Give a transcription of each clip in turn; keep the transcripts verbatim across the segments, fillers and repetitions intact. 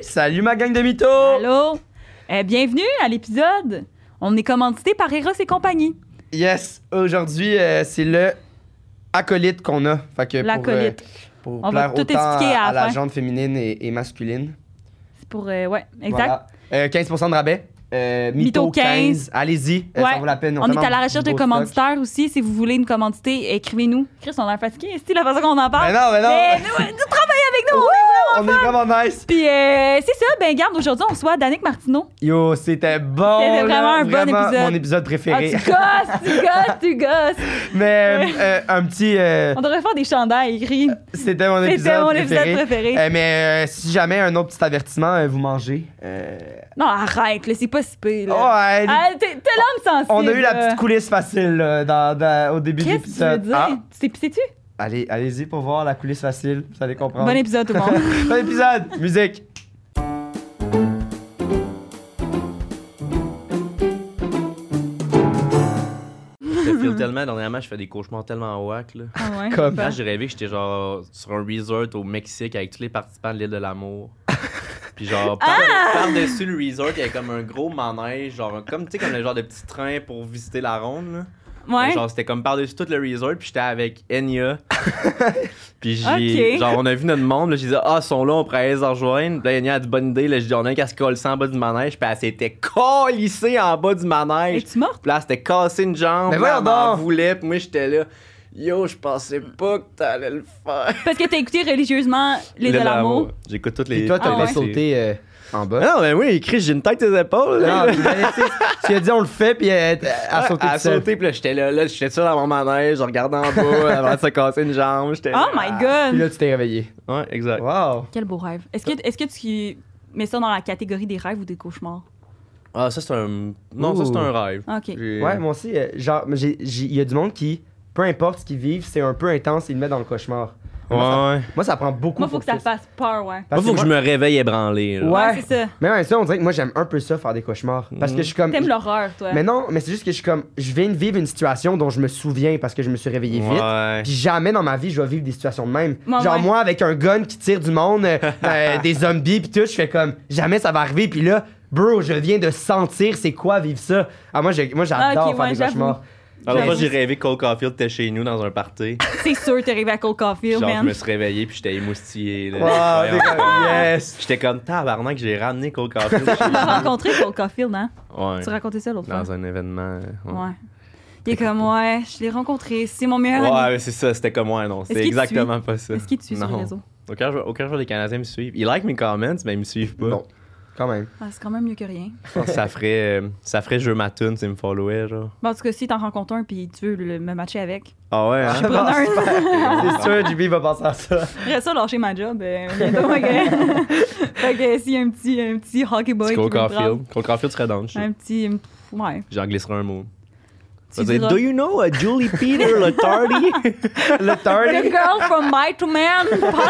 Salut ma gang de mythos! Allô! Euh, bienvenue à l'épisode. On est commandité par Eros et compagnie. Yes, aujourd'hui, euh, c'est le acolyte qu'on a. Fait que L'acolyte. Pour, euh, pour On va plaire tout autant expliquer à à, la à la fin. gente féminine et, et masculine. C'est pour... euh, ouais, exact. Voilà. Euh, quinze pour cent de rabais. Euh, mytho Mytho quinze. quinze. Allez-y, euh, Ouais. ça vaut la peine. On est tellement à la recherche de beau stock. commanditaires aussi. Si vous voulez une commandité, écrivez-nous. Chris, on a l'air fatigué. C'est la façon qu'on en parle. Mais non, mais non! Mais nous, nous, travaillez avec nous. On est vraiment nice! Puis euh, c'est ça. Ben garde, aujourd'hui, on reçoit Danick Martineau. Yo, c'était bon! C'était là, vraiment un bon vraiment épisode. mon épisode Ah, préféré. tu gosses, tu gosses, tu gosses. Mais euh, euh, un petit... euh, On devrait faire des chandails écrits. c'était mon épisode C'était mon préféré. épisode préféré. Euh, mais euh, si jamais un autre petit avertissement, euh, vous mangez. Euh... Non, arrête, là, c'est pas si pire. Là. Ouais, Ah, t'es, t'es l'homme sensible. on a eu la là. petite coulisse facile là, dans, dans- au début de Qu'est-ce que tu veux l'épisode. dire? Ah, Tu t'es pissé-tu? allez, allez-y pour voir la coulisse facile, vous allez comprendre. Bon épisode, tout le monde. Bon épisode, musique. Je te file tellement, dernièrement, je fais des cauchemars tellement wack, là. Ah ouais? Comme- Quand j'ai rêvé que j'étais genre sur un resort au Mexique avec tous les participants de l'île de l'amour. Puis genre, par- par-dessus le resort, il y avait comme un gros manège, genre, comme, tu sais, comme le genre de petit train pour visiter la ronde, là. Ouais. Genre, c'était comme par-dessus tout le resort, puis j'étais avec Enya. Puis j'ai. Ok. Genre, on a vu notre monde, là, j'ai dit, ah, ils sont là, on pourrait aller les rejoindre. Puis là, Enya a dit, bonne idée, là, j'ai dit, on a un qu'à se coller en bas du manège, puis elle s'était collissée en bas du manège. Es-tu morte? Puis là, elle s'était cassé une jambe, Mais puis là, voyons elle m'en donc. voulait, puis moi, j'étais là, yo, je pensais pas que t'allais le faire. Parce que t'as écouté religieusement Les de l'amour. J'écoute toutes les. Et toi, t'as Ah pas ouais. sauté euh, en bas. Non, mais oui, Chris, j'ai une tête sur les épaules. là. Non, tu l'as laissé. Tu lui as dit on le fait, puis elle elle a Ouais, sauté elle a toute seule. sauté, puis là, j'étais là, là, j'étais ça dans mon manège, je regardais en bas, avant de se casser une jambe, j'étais Oh là. my Puis god! là, tu t'es réveillé. Ouais, exact. Wow. Quel beau rêve. Est-ce que, est-ce que tu mets ça dans la catégorie des rêves ou des cauchemars? Ah, ça, c'est un. Non, ça, c'est un rêve. Ah, ok. J'ai- Ouais, moi aussi, euh, genre, j'ai- j'ai- il y a du monde qui, peu importe ce qu'ils vivent, c'est un peu intense, ils le mettent dans le cauchemar. Ouais, Moi, ça, ouais. moi, ça prend beaucoup. Moi, faut pour que ça fasse peur, ouais. Parce Moi, faut que je me réveille ébranlé. là. Ouais. Ouais, c'est ça. Mais ouais, ça, on dirait que moi, j'aime un peu ça, faire des cauchemars. Parce que je suis comme. T'aimes l'horreur, toi. Mais non, mais c'est juste que je suis comme. Je viens de vivre une situation dont je me souviens parce que je me suis réveillé vite. Ouais. Puis jamais dans ma vie, je vais vivre des situations de même. Ouais, Genre, ouais. moi, avec un gun qui tire du monde, euh, euh, des zombies, puis tout, je fais comme. Jamais ça va arriver. Puis là, bro, je viens de sentir c'est quoi vivre ça. Ah, moi, j'ai- moi j'adore Ah, ok, faire ouais, des j'avoue. cauchemars. Alors, moi, J'avoue. j'ai rêvé que Cole Caulfield était chez nous dans un party. C'est sûr, t'es arrivé à Cole Caulfield, Genre, je man. me suis réveillé, puis j'étais émoustillé. Là. Wow, Voyons. t'es comme, yes. J'étais comme tabarnak, j'ai ramené Cole Caulfield chez Tu l'as nous. rencontré, Cole Caulfield, hein? Ouais. Tu racontais ça l'autre fois. Dans un événement. Ouais, Ouais. Il est comme, ouais, je l'ai rencontré, c'est mon meilleur Ouais, ami. mais c'est ça, c'était comme moi, non. Est-ce C'était qu'il te exactement pas ça. Est-ce qu'il te suit sur Non. les réseaux? Aucun jour, aucun jour les Canadiens me suivent. Ils like mes comments, mais ils me suivent pas. Bon, quand même. Ah, c'est quand même mieux que rien. Je pense que ça ferait, euh, ça ferait jeu ma tune s'ils me followaient, genre. Bon, en tout cas, si t'en rencontres un puis tu veux le- me matcher avec, Ah ouais, je hein? suis preneuse. C'est sûr, J B va penser à ça. J'aimerais ça lâcher ma job euh, bientôt, ma gueule. Fait que s'il y a un petit, un petit hockey boy Petit qui veut Cole me prendre, Caulfield. Cole Caulfield serait down, je sais. un petit... Ouais. J'en glisserai un mot. Tu Ça veut dire, diras, do you know a Julie Peter le tardy? Le The tardy. girl from My to Man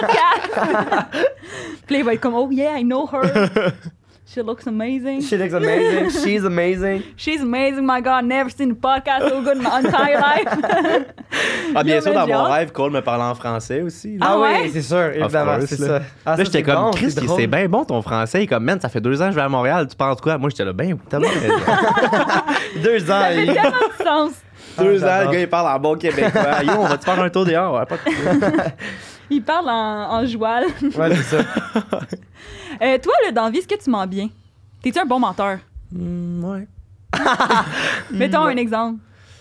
podcast. Puis là, il va être comme, oh yeah, I know her. She looks amazing. She looks amazing. She's amazing. She's amazing, my God. Never seen a podcast so good in my entire life. Ah, bien Là, sûr, ben, dans j'ai mon hâte. rêve, Cole me parlait en français aussi. là. Ah Ah, ouais? oui, c'est sûr, évidemment, course, c'est là. ça. Ah, Là, ça, j'étais c'est comme, bon, Chris, c'est drôle. c'est bien bon ton français. Il est comme, man, ça fait deux ans que je vais à Montréal, tu penses quoi? Moi, j'étais là, ben, t'as bien raison. Deux ans. Ça fait il- tellement de sens. Deux Ah, ans, le j'adore. gars, il parle en bon québécois. Yo, on va te faire un tour dehors. Ouais, pas de... Il parle en, en joual. Ouais, c'est ça. Euh, toi, là, dans la vie, est-ce que tu mens bien? T'es-tu un bon menteur? Hmm, ouais. Mettons un exemple.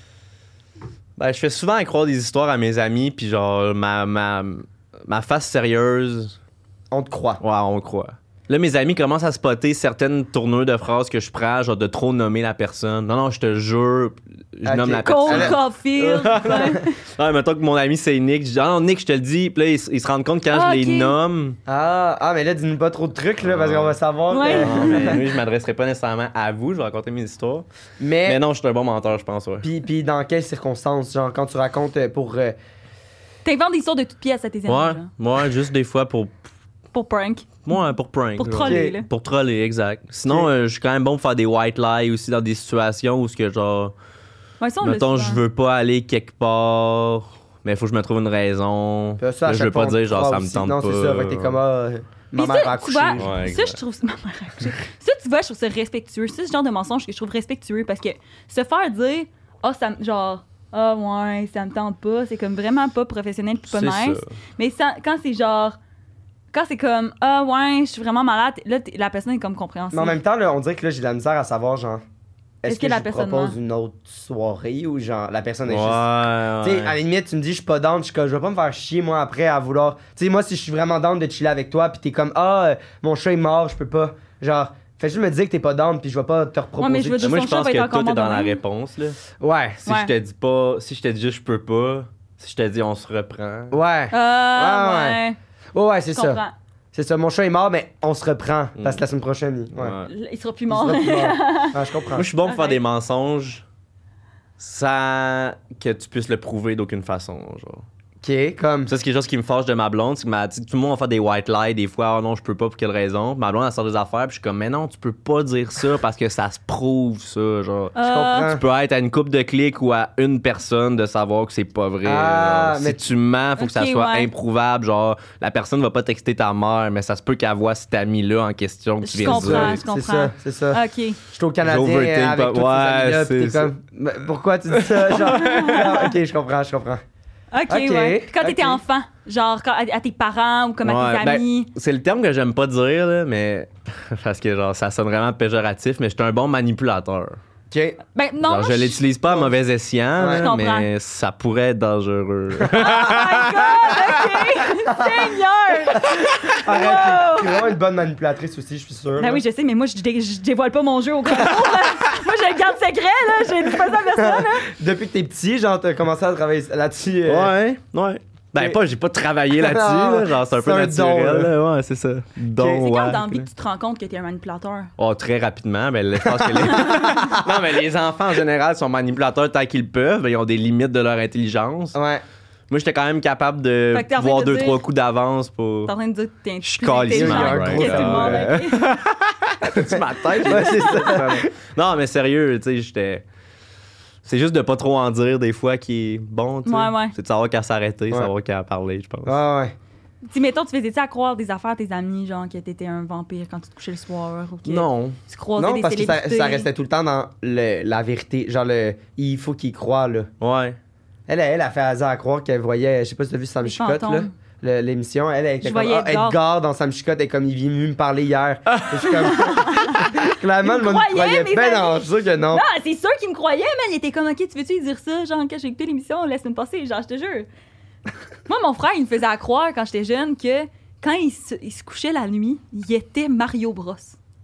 Ben, je fais souvent croire des histoires à mes amis, puis genre, ma, ma, ma face sérieuse, On te croit. ouais, on le croit. Là, mes amis commencent à spotter certaines tournures de phrases que je prends, genre de trop nommer la personne. Non, non, je te jure, je Ok. nomme la Cole personne. Caulfield. ouais. Ouais, mettons que mon ami c'est Nick, je dis, ah non, Nick, je te le dis, puis là, ils, ils se rendent compte quand Ah, je ok. les nomme. Ah, ah, mais là, dis-nous pas trop de trucs, là, parce qu'on va savoir. Ouais. que- Non, mais lui, je m'adresserai pas nécessairement à vous, je vais raconter mes histoires. Mais, Mais non, je suis un bon menteur, je pense, ouais. puis, puis dans quelles circonstances? Genre, quand tu racontes euh, pour. euh, T'inventes des histoires de toutes pièces à tes amis. Ouais, genre. moi, juste des fois pour. Pour prank. Moi, pour prank. Pour là. troller, Ok. là. Pour troller, exact. Sinon, Ok. euh, je suis quand même bon pour faire des white lies aussi dans des situations où ce que genre. Ouais, ça, on l'a Mettons, souvent. je veux pas aller quelque part, mais il faut que je me trouve une raison. Puis ça, à Là, je chaque veux pas fois, on dire te genre croit ça me aussi. tente non, pas. c'est ça. Fait que t'es comme. Ah, Ma Puis mère ça, a tu accouché. vois, Ouais, ça, exact. je trouve... Ma mère a accouché. Ça, tu vois, je trouve ça respectueux. C'est ce genre de mensonge que je trouve respectueux parce que se faire dire, ah, ça me- genre, ah, ouais, ça me tente pas, c'est comme vraiment pas professionnel puis pas C'est nice. ça. Mais ça- quand c'est genre, quand c'est comme, ah, ouais, je suis vraiment malade, là, t'es- la personne est comme compréhensive. Mais en même temps, là, on dirait que là, j'ai de la misère à savoir, genre, est-ce Est-ce que, que la je personne propose ment? une autre soirée ou genre, la personne est Ouais, juste. Tu sais, ouais. à la limite, tu me dis, je suis pas down, je suis comme, je vais pas me faire chier, moi, après, à vouloir. Tu sais, moi, si je suis vraiment down de chiller avec toi, pis t'es comme, ah, euh, mon chat est mort, je peux pas. Genre, fais juste me dire que t'es pas down, pis je vais pas te reproposer. mais je veux de- dire- Moi, son je chat pense va être que encore toi, t'es mort dans la demain. réponse, là. Ouais. Si Ouais. je te dis pas, si je te dis juste je peux pas, si je te dis on se reprend. Ouais. Ah, Ouais, ouais. Ouais, ouais, c'est Je ça. comprends. C'est ça, mon chat est mort, mais on se reprend. Mm. Parce que la semaine prochaine, il. Ouais. Ouais. Il sera plus Il mort. sera plus mort. Ah, je comprends. Moi, je suis bon pour faire Ok. des mensonges sans que tu puisses le prouver d'aucune façon, genre. Ok, comme. Ça, c'est quelque chose qui me fâche de ma blonde, c'est que m'a dit tout le monde va faire des white lies des fois, oh non, je peux pas pour quelle raison. Ma blonde, elle sort des affaires, puis je suis comme, mais non, tu peux pas dire ça parce que ça se prouve, ça, genre. Je Euh, comprends. Tu peux être à une coupe de clics ou à une personne de savoir que c'est pas vrai. Ah, genre. mais- Si tu mens, faut que ça Ok, soit ouais. improuvable. Genre, la personne va pas texter ta mère, mais ça se peut qu'elle voit cet ami-là en question que tu Je viens de comprends, dire. je C'est comprends. ça, c'est ça. OK. Je suis au Canadien J'overthink euh, avec pas- tous ces ouais, amis-là, pis c'est t'es ça. comme. Mais pourquoi tu dis ça? Genre, genre, ok, je comprends, je comprends. OK, Ok, ouais. Puis quand t'étais ok. enfant, genre quand- à, à tes parents ou comme à Ouais, tes ben, amis. c'est le terme que j'aime pas dire, là, mais. Parce que genre, ça sonne vraiment péjoratif, mais j'étais un bon manipulateur. Ok. Ben non, Genre, je moi, l'utilise pas à mauvais escient, Ouais. là, Je comprends. mais ça pourrait être dangereux. Oh my God, OK! Seigneur! Arrête, Wow. t'es- t'es vraiment une bonne manipulatrice aussi, je suis sûr. Ben là. oui, je sais, mais moi, je, dé- je dévoile pas mon jeu au concours. Moi, je le garde secret, là. Je dis pas ça à personne, là. Depuis que t'es petit, genre, t'as commencé à travailler là-dessus. euh, Ouais, ouais. Ben, Ok. pas, j'ai pas travaillé là-dessus, Non, là, genre, c'est un peu c'est un naturel. don, là. Ouais, c'est ça. Don, C'est quand ouais. dans la vie que tu te rends compte que t'es un manipulateur? Oh, très rapidement. Ben, je pense que les... non, mais les enfants, en général, sont manipulateurs tant qu'ils peuvent. Ben, ils ont des limites de leur intelligence. Ouais. Moi, j'étais quand même capable de Fait que t'es en train voir de deux, dire- trois coups d'avance pour... T'es en train de dire que t'es un Je suis plus calissement intelligent right, que tout le monde, ouais. OK? Tu ma tête? Ouais, c'est ça. Non, mais sérieux, tu sais, j'étais... C'est juste de pas trop en dire des fois qui est bon, tu sais. Ouais, ouais. C'est de savoir qu'à s'arrêter, Ouais. savoir qu'à parler, je pense. Ouais, ouais. Si, mettons, tu faisais-tu à croire des affaires à tes amis, genre que t'étais un vampire quand tu te couchais le soir ou que Non. tu croisais Non, des parce que ça, célébrités? ça restait tout le temps dans le, la vérité. Genre, le, il faut qu'il croie, là. Ouais. Elle, elle a fait hasard à croire qu'elle voyait, je sais pas si t'as vu Sam Les Chicotte, là. fantômes. le- l'émission, elle, elle était Je comme voyais ah, Edgar. Edgar dans Sam Chicotte, elle est comme il vient me parler hier. Et je suis comme clairement Il le monde croyait, croyait. mes Ben amis. non, je suis sûr que non. Non, c'est sûr qu'il me croyait, man. Il était comme, OK, tu veux-tu lui dire ça? Genre, quand j'ai écouté l'émission la semaine passée, genre, je te jure. Moi, mon frère, il me faisait à croire quand j'étais jeune que quand il se, il se couchait la nuit, il était Mario Bros.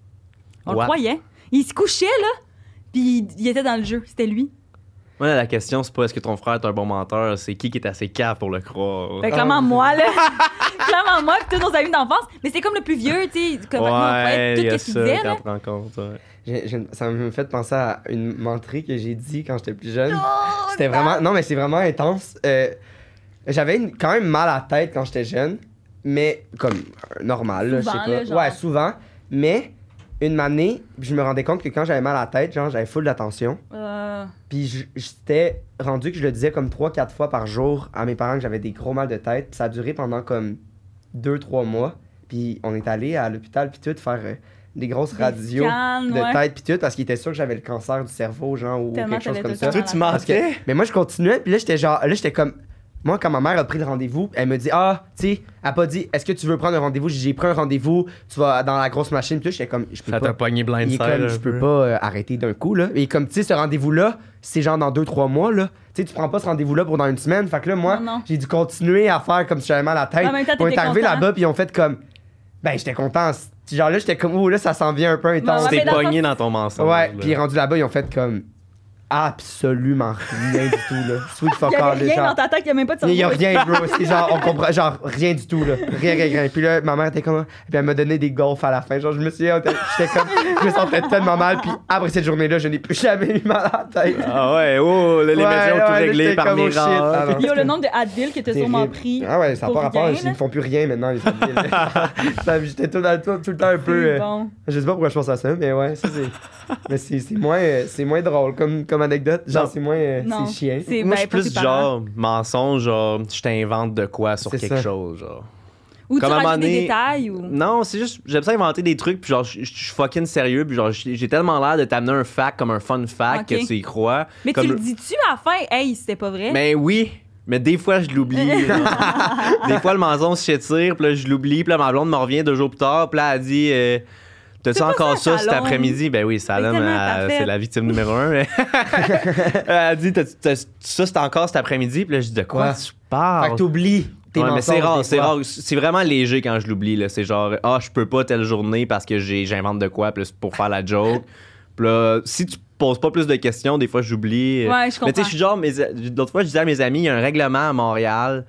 On What? le croyait. Il se couchait, là, puis il était dans le jeu. C'était lui. Ouais, la question, c'est pas est-ce que ton frère est un bon menteur, c'est qui qui est assez cave pour le croire. Fait que Ah. clairement, moi, là. clairement, moi, puis tous nos amis d'enfance. Mais c'est comme le plus vieux, tu sais. Comme maintenant, on croyait Ouais, il y tout a ce qu'il ça disait, quand là. tu te rends compte. Ouais. J'ai- j'ai- ça me fait penser à une menterie que j'ai dit quand j'étais plus jeune. Oh, C'était vraiment. Non, mais c'est vraiment intense. Euh, J'avais une- quand même mal à la tête quand j'étais jeune, mais comme euh, normal, là, je sais Souvent, pas. là, genre. Ouais, souvent. Mais une année, je me rendais compte que quand j'avais mal à la tête, genre, j'avais full d'attention. Euh, Puis je- j'étais rendu que je le disais comme trois quatre fois par jour à mes parents que j'avais des gros mal de tête. Puis ça a duré pendant comme deux trois mois. Puis on est allé à l'hôpital puis tout faire euh, des grosses Des radios scans, de ouais. tête puis tout parce qu'il était sûr que j'avais le cancer du cerveau genre ou Tellement quelque chose t'avais comme tout ça. le Toi, temps tu mal à la Parce que- mentais? mais moi je continuais puis là j'étais genre là j'étais comme moi quand ma mère a pris le rendez-vous, elle me dit ah, tu sais, elle a pas dit est-ce que tu veux prendre un rendez-vous, j'ai pris un rendez-vous, tu vas dans la grosse machine puis là, j'étais comme je peux Ça pas. t'a pogné Il blindside. est comme, un je peux peu. pas euh, arrêter d'un coup, là. Et comme, tu sais, ce rendez-vous-là, c'est genre dans deux trois mois, là. Tu sais, tu prends pas ce rendez-vous-là pour dans une semaine. Fait que là, moi, Non, non. j'ai dû continuer à faire comme si j'avais mal à la tête. En même temps, On est t'étais arrivé content. là-bas, puis ils ont fait comme. Ben, j'étais content. C'est- Genre là, j'étais comme, oh, là, ça s'en vient un peu intense. Ouais, Tu mais t'es dans le pogné sens- dans ton mensonge. Ouais, là. puis rendu là-bas, ils ont fait comme. Absolument rien du tout, là. Sweet fuck Il y all, avait là, rien genre. dans ta tête, il y a même pas de Il y a cerveau. rien, bro. C'est genre, on comprend, genre, rien du tout, là. Rien, rien, rien. Puis là, ma mère était comme. Puis elle m'a donné des golfs à la fin. Genre, je me suis j'étais comme. Je me sentais tellement mal. Puis après cette journée-là, je n'ai plus jamais eu mal à la tête. Ah ouais, oh, là, les Ouais, médias ont ouais, tout là, réglé j'étais par comme, oh, shit. miracle. Ah, non. Il y a le nombre de Advil que t'as sûrement Terrible. pris. Ah ouais, ça n'a pour pas rapport. rien, Ils là. ne font plus rien maintenant, les adultes. Ça, J'étais tout, le temps- tout le temps un peu. C'est euh, bon. Je sais pas pourquoi je pense à ça, mais ouais, ça c'est. Mais c'est c'est moins, euh, c'est moins drôle comme, comme anecdote. Genre, Non. c'est moins. euh, Non. C'est chiant. C'est Moi, ben, je suis pour plus tes parents. genre mensonge, genre, je t'invente de quoi sur C'est quelque ça. chose, genre. Ou tu Comme à un rajoutes moment des donné- détails ou. Non, c'est juste, j'aime ça inventer des trucs, puis genre, je je- je suis fucking sérieux, puis genre, j'ai j'ai tellement l'air de t'amener un fact comme un fun fact Ok. que tu y crois. Mais comme tu le dis-tu à la fin? Hey, c'était pas vrai? Mais oui, mais des fois, je l'oublie. là. Des fois, le mensonge s'étire, puis là, je l'oublie, puis là, ma blonde me revient deux jours plus tard, puis là, elle dit euh, t'as-tu C'est pas encore ça, ça cet Salome. après-midi? Ben oui, Salome, tellement elle- parfaite. c'est la victime numéro un. mais- Elle dit t'as, t'as- ça, c'est encore cet après-midi, puis là, je dis de quoi Ouais. tu Fait parles? que t'oublies tes Ouais, mais mensonges. c'est rare, des c'est fois. rare. C'est vraiment léger quand je l'oublie. Là. C'est genre, ah, je peux pas telle journée parce que j'ai, j'invente de quoi, puis là, c'est pour faire la joke. Puis là, si tu poses pas plus de questions, des fois, j'oublie. Ouais, je Mais tu comprends. sais, je suis genre, mes, l'autre fois, je disais à mes amis, il y a un règlement à Montréal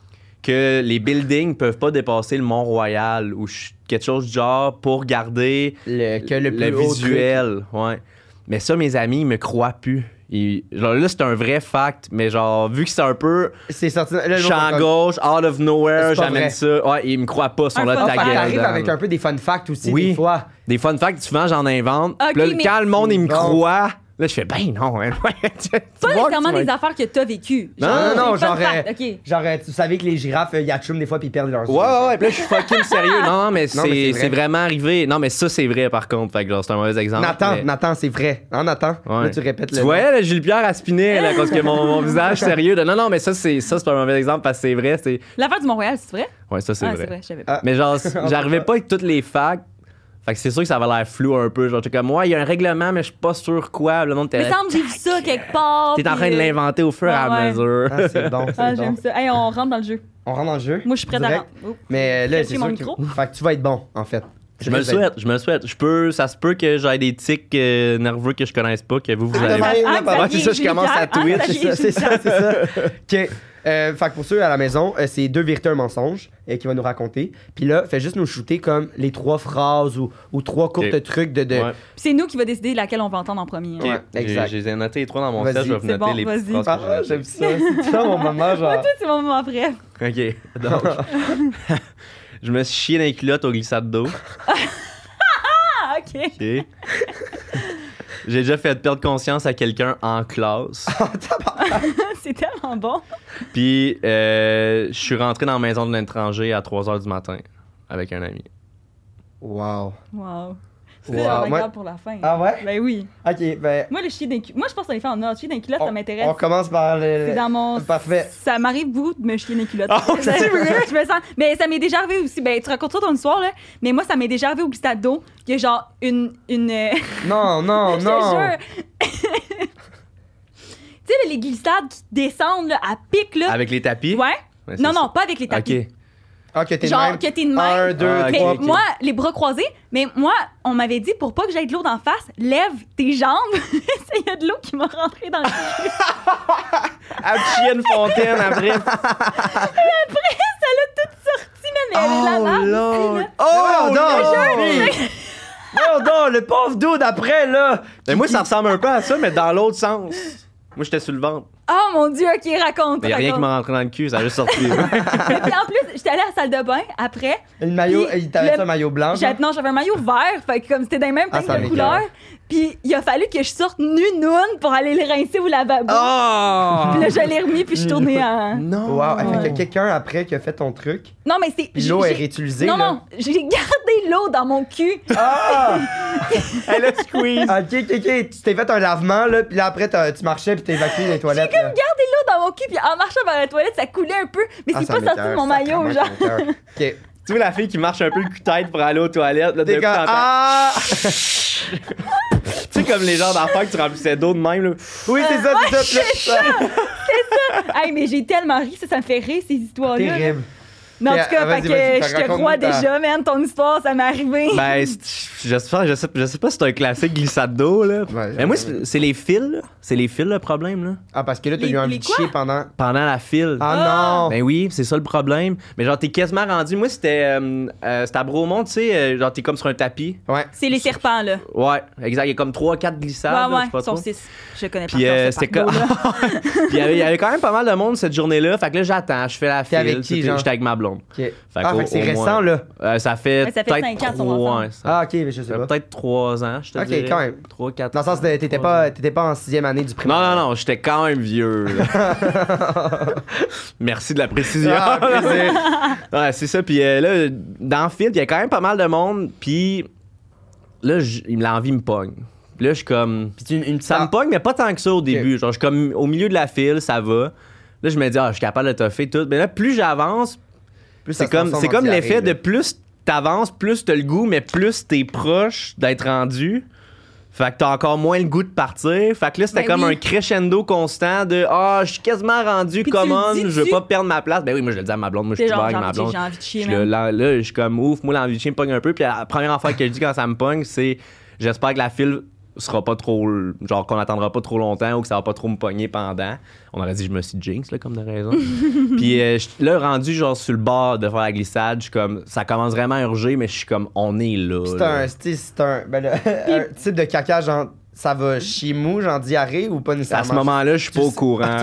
que les buildings peuvent pas dépasser le Mont-Royal ou ch- quelque chose du genre pour garder Le, que le plus haut visuel. Ouais. Mais ça, mes amis, ils me croient plus. Ils- genre là, c'est un vrai fact, mais genre, vu que c'est un peu truc, C'est sorti. Là, le champ jour, gauche, out of nowhere, C'est pas j'amène vrai. ça. Ouais, ils me croient pas, ils sont Un là fun de comme- ta Fait que fact. gueule. t'arrives dans- avec un peu des fun facts aussi, Oui. des fois. Des fun facts, souvent j'en invente. Ok, Puis là, mais- quand le monde, il me Bon. croit, là, je fais, ben non. hein, ouais, tu- tu Pas vois que nécessairement tu vas des être- affaires que t'as vécues. Non, Genre, non, non, des fun genre, facts, euh, OK. Genre, euh, tu savais que les girafes, euh, ils atchoum des fois puis ils perdent leurs Ouais, ouais, ouais. Puis là, je suis fucking sérieux. Non, non, mais Non, c'est mais c'est vrai. c'est vraiment arrivé. Non, mais ça, c'est vrai, par contre. Fait que genre, c'est un mauvais exemple. Nathan, mais- Nathan, c'est vrai. Hein, Nathan? Ouais. Là, tu répètes Tu le voyais, là, Gilles Pierre aspiné, là, parce que mon, mon visage sérieux. De, non, non, mais ça, c'est ça, c'est un mauvais exemple parce que c'est vrai. C'est... L'affaire du Mont-Royal, c'est vrai? Ouais, ça, c'est ah, vrai. c'est vrai, je savais pas. Ah. Mais genre, j'arrivais pas avec toutes les facts. Fait que c'est sûr que ça avait l'air flou un peu. Genre, j'étais comme, moi, il y a un règlement, mais je suis pas sûr quoi. Le monde Il me était. semble que j'ai vu ça quelque part. T'es en puis, train de euh, l'inventer au fur et à ouais, ouais. mesure. Ah, c'est bon, c'est Ah, bon. j'aime ça. Hey, on rentre dans le jeu. On rentre dans le jeu? Moi, je suis prête à Direct? rentrer. Oh. Mais euh, là, Chercher c'est mon sûr micro. que... Fait que tu vas être bon, en fait. Je me le souhaite, je me le souhaite. Je peux, ça se peut que j'aie des tics euh, nerveux que je connaisse pas, que vous, vous Ah, avez. t'as- Ah, Ouais, c'est ça, je Xavier, commence à Julie Twitch. Pierre. Ah, C'est ça, Xavier, c'est ça, c'est ça. OK. Euh, fait que pour ceux à la maison, euh, c'est deux vérités, un mensonge euh, qu'il va nous raconter. Puis là, fais juste nous shooter comme les trois phrases ou, ou trois courtes Ok. trucs de... de... Ouais. Puis c'est nous qui va décider laquelle on va entendre en premier. Ok. Ouais, J'ai- exact. Je les ai notés les trois dans mon Vas-y. set, je vais vous C'est noter bon, les petites vas-y. phrases que Ah, j'ai j'aime ça. C'est ça mon moment, genre... Moi, tout, c'est mon moment après. notées. Ok. Donc, je me suis chié dans les culottes au glissade d'eau. Ah, OK. Ok. J'ai déjà fait perdre conscience à quelqu'un en classe. C'est tellement bon. Puis, euh, je suis rentré dans la maison d'un étranger à trois heures du matin avec un ami. Wow. Wow. Wow. Ça, je le Moi- regarde pour la fin. Ah ouais? Ben oui. OK, ben... Moi, le chier d'un cul. Moi, je pense qu'on les fait en ordre. Chier d'un culotte, ça on, m'intéresse. on commence par le... C'est dans mon. Parfait. Ça m'arrive beaucoup de me chier dans les culottes. Ah, c'est vrai? Je me sens. Mais ça m'est déjà arrivé aussi. Ben, tu racontes ça ton histoire, là. Mais moi, ça m'est déjà arrivé au glissade d'eau. Il y a genre une. une euh, Non, non, je non. te jure. Tu sais, là, les glissades qui descendent, là, à pic, là. Avec les tapis? Ouais. Ouais, c'est Non, ça. non, pas avec les tapis. Ok. Ah, que t'es de Genre, même. que t'es de même. Un, deux, Ah, ok, Mais trois. ok. moi, les bras croisés, mais moi, on m'avait dit pour pas que j'aille de l'eau d'en face, lève tes jambes. Il y a de l'eau qui m'a rentré dans le cul. À chier une fontaine après. Après, ça l'a tout sorti, même elle est lavable aussi, là. Oh, non! Non, non, le pauvre dude après, là. Mais moi, ça ressemble un peu à ça, mais dans l'autre sens. Moi, j'étais sur le ventre. Oh mon Dieu, ok, raconte. Mais y a rien qui raconte. m'a rentré dans le cul, ça a juste sorti. Et puis en plus, j'étais allée à la salle de bain après. Le maillot, Puis, il t'avait le- un maillot blanc. J'ai- non, j'avais un maillot vert, fait que comme c'était dans les mêmes Ah, teintes ça de m'écoeure. couleurs. Puis il a fallu que je sorte nu noune pour aller le rincer au lavabo. Oh! Puis là, je l'ai remis, puis je suis tournée en. Non! Wow, fait qu'il y a Ouais. quelqu'un après qui a fait ton truc. Non, mais c'est. Puis l'eau j'ai- est réutilisée. Non, là. non, j'ai gardé l'eau dans mon cul. Ah! Elle a squeeze! Ok, ok, ok. Tu t'es fait un lavement, là, puis là, après, t'as- tu marchais, puis t'es évacué dans les toilettes. J'ai Gardé l'eau dans mon cul, puis en marchant vers la toilette, ça coulait un peu. Mais Ah, c'est pas sorti de mon maillot, genre. Ok. Tu vois la fille qui marche un peu le cul-tête pour aller aux toilettes, là, T'es d'un coup, comme. t'entends- Ah! Tu sais, comme les genres d'affaires que tu remplissais d'eau de même, là. Oui, c'est ça, c'est ça. Hey, mais j'ai tellement ri, ça, ça me fait rire, ces histoires-là. Terrible. Mais en Ok, tout cas, vas-y, fait vas-y, que je te raconte-nous crois ta- déjà, man, ton histoire, ça m'est arrivé. Ben, c'est- je sais, je, sais, je sais pas si c'est un classique glissade d'eau, là. Ouais, Mais moi, ouais. c'est c'est les fils, là. C'est les fils, le problème, là. Ah, parce que là, t'as Les- eu envie les de quoi? chier pendant. Pendant la file. Ah non! Ben oui, c'est ça le problème. Mais genre, t'es quasiment rendu. Moi, c'était euh, euh, c'était à Bromont, tu sais. euh, genre, t'es comme sur un tapis. Ouais. C'est les serpents, là. Ouais, exact. Il y a comme trois quatre glissades. Ouais, là, je ouais, sais pas ils sont trop. six. Je connais pas Puis encore euh, ce c'était parc comme. d'eau-là. Puis il y avait- il y avait quand même pas mal de monde cette journée-là. Fait que là, j'attends, je fais la file. avec qui, tu sais, genre? J'étais avec ma blonde. blonde. Ok. Fait Ah, qu'au- fait que c'est au récent, moins- là. Euh, ça fait Mais ça fait peut-être cinq ans, ils sont trois ensemble. ans. ça- Ah, ok, mais je sais ça fait pas. peut-être trois ans, je te Ok, dirais. quand même. trois, quatre Dans le sens de t'étais pas, t'étais pas en sixième année du Non, primaire. non, non, j'étais quand même vieux. là. Merci de la précision. Ah, plaisir. Ouais, c'est ça. Puis euh, là, dans le film, il y a quand même pas mal de monde. Puis là, j- l'envie me pogne. Puis là, je suis comme. Puis tu- une, une Ça me pogne, mais pas tant que ça au début. Genre, je suis comme au milieu de la file, ça va. Là, je me dis, ah, je suis capable de toffer tout. Mais là, plus j'avance, Plus ça c'est se comme, transforme c'est en comme diarrhée, l'effet là. de plus t'avances, plus t'as le goût, mais plus t'es proche d'être rendu. Fait que t'as encore moins le goût de partir. Fait que là, c'était Ben comme oui. un crescendo constant de ah, je suis quasiment rendu, Puis tu come le on, dis-tu? je veux pas perdre ma place. Ben oui, moi, je le dis à ma blonde. Moi, je T'es suis genre, avec j'ai ma envie, de- blonde. j'ai envie de chier, Je le- man. là, là, je suis comme ouf, moi, l'envie de chien me pogne un peu. Puis la première affaire que je dis quand ça me pogne, c'est j'espère que la file sera pas trop. Genre qu'on attendra pas trop longtemps ou que ça va pas trop me pogner pendant. On aurait dit je me suis jinx, là, comme de raison. Puis euh, je- là, rendu genre sur le bord de faire la glissade, je suis comme. Ça commence vraiment à urger, mais je suis comme on est là. C'est là. un, c'est c'est un, ben, le- un type de caca, genre, ça va chier mou, genre diarrhée ou pas À nécessairement? ce moment-là, je suis pas Tu au sais- courant.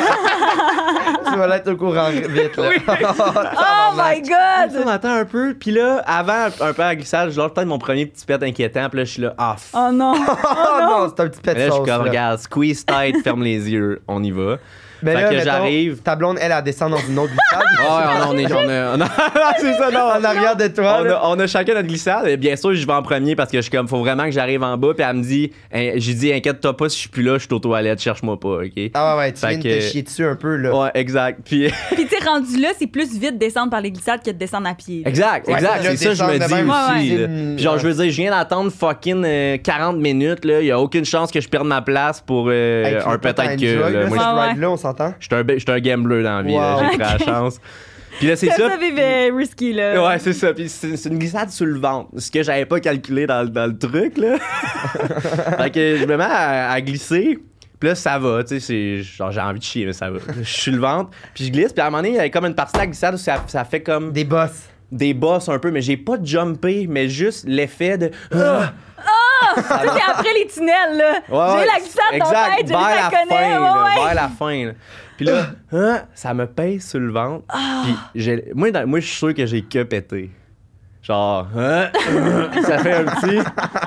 Tu vas l'être au courant vite, là. Oh my god! Ça, on attend un peu. Puis là, avant un peu à la glissade, je lâche peut-être mon premier petit pet inquiétant. Puis là, je suis là, ah, f- Oh non! Oh non, c'est un petit pet Mais là, de je sauce, suis comme, là. regarde, squeeze tight, ferme les yeux, on y va. Mais Fait là, que mettons, j'arrive. ta blonde, elle, elle descend dans une autre glissade. Ah ouais, on, on est, on a, on a- c'est ça, non. en arrière de toi, On là. a, on a chacun notre glissade. Et bien sûr, je vais en premier parce que je suis comme, faut vraiment que j'arrive en bas. Puis elle me dit, hein, j'ai dit, inquiète-toi pas, si je suis plus là, je suis aux toilettes, cherche-moi pas, ok? Ah ouais, ouais, tu Fait viens de que- te chier dessus un peu, là. Ouais, exact. Puis, Puis tu sais, rendu là, c'est plus vite descendre par les glissades que de descendre à pied. là. exact, Ouais, exact. là, C'est ça, je me descendre dis de même, aussi. ouais, là. ouais. Puis genre, je veux dire, je viens d'attendre fucking euh, quarante minutes, là. Il y a aucune chance que je perde ma place pour euh, Hey, tu un veux pas peut-être t'en que. enjoy, là. là, Moi, ce Ouais, ouais. ride-là, on s'entend? je suis un, je suis un gambler dans la vie, là. Wow. J'ai pris la chance. Puis là, c'est C'est ça. ça, bébé, risky, là. Ouais, c'est ça. Puis c'est c'est une glissade sur le ventre. Ce que j'avais pas calculé dans, le- dans le truc, là. Fait que je me mets à, à glisser. Puis là, ça va. Tu sais, c'est genre, j'ai envie de chier, mais ça va. Je suis sur le ventre. Puis je glisse. Puis à un moment donné, il y a comme une partie de la glissade où ça, ça fait comme des, Des boss. bosses un peu. Mais j'ai pas jumpé, mais juste l'effet de. Ah! Tu sais, c'est après les tunnels, là. Ouais, J'ai ouais, la glissade dans exact, la tête, je vers la la connais. fin, ouais, là, ouais. vers la fin. là. Puis là, hein, ça me pèse sur le ventre. Ah. Puis j'ai- moi, dans- moi, je suis sûr que j'ai que pété. Genre, hein, ça fait un petit.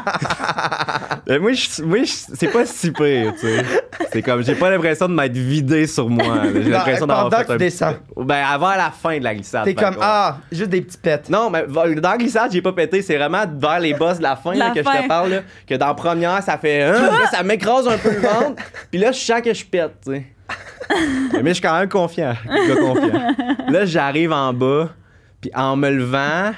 Mais moi, je- moi je- c'est pas si pire, tu sais. C'est comme, j'ai pas l'impression de m'être vidé sur moi. là. J'ai Non, l'impression pendant d'avoir que fait tu un descends. petit- Ben, avant la fin de la glissade. T'es par comme, contre. ah, juste des petits pets. Non, mais va- dans la glissade, j'ai pas pété. C'est vraiment vers les bosses de la fin La là, que fin. je te parle. Là, que dans la première, ça fait. Hein, là, ça m'écrase un peu le ventre. Puis là, je sens que je pète, tu sais. Mais je suis quand même confiant. gars confiant. Là, j'arrive en bas. Puis en me levant,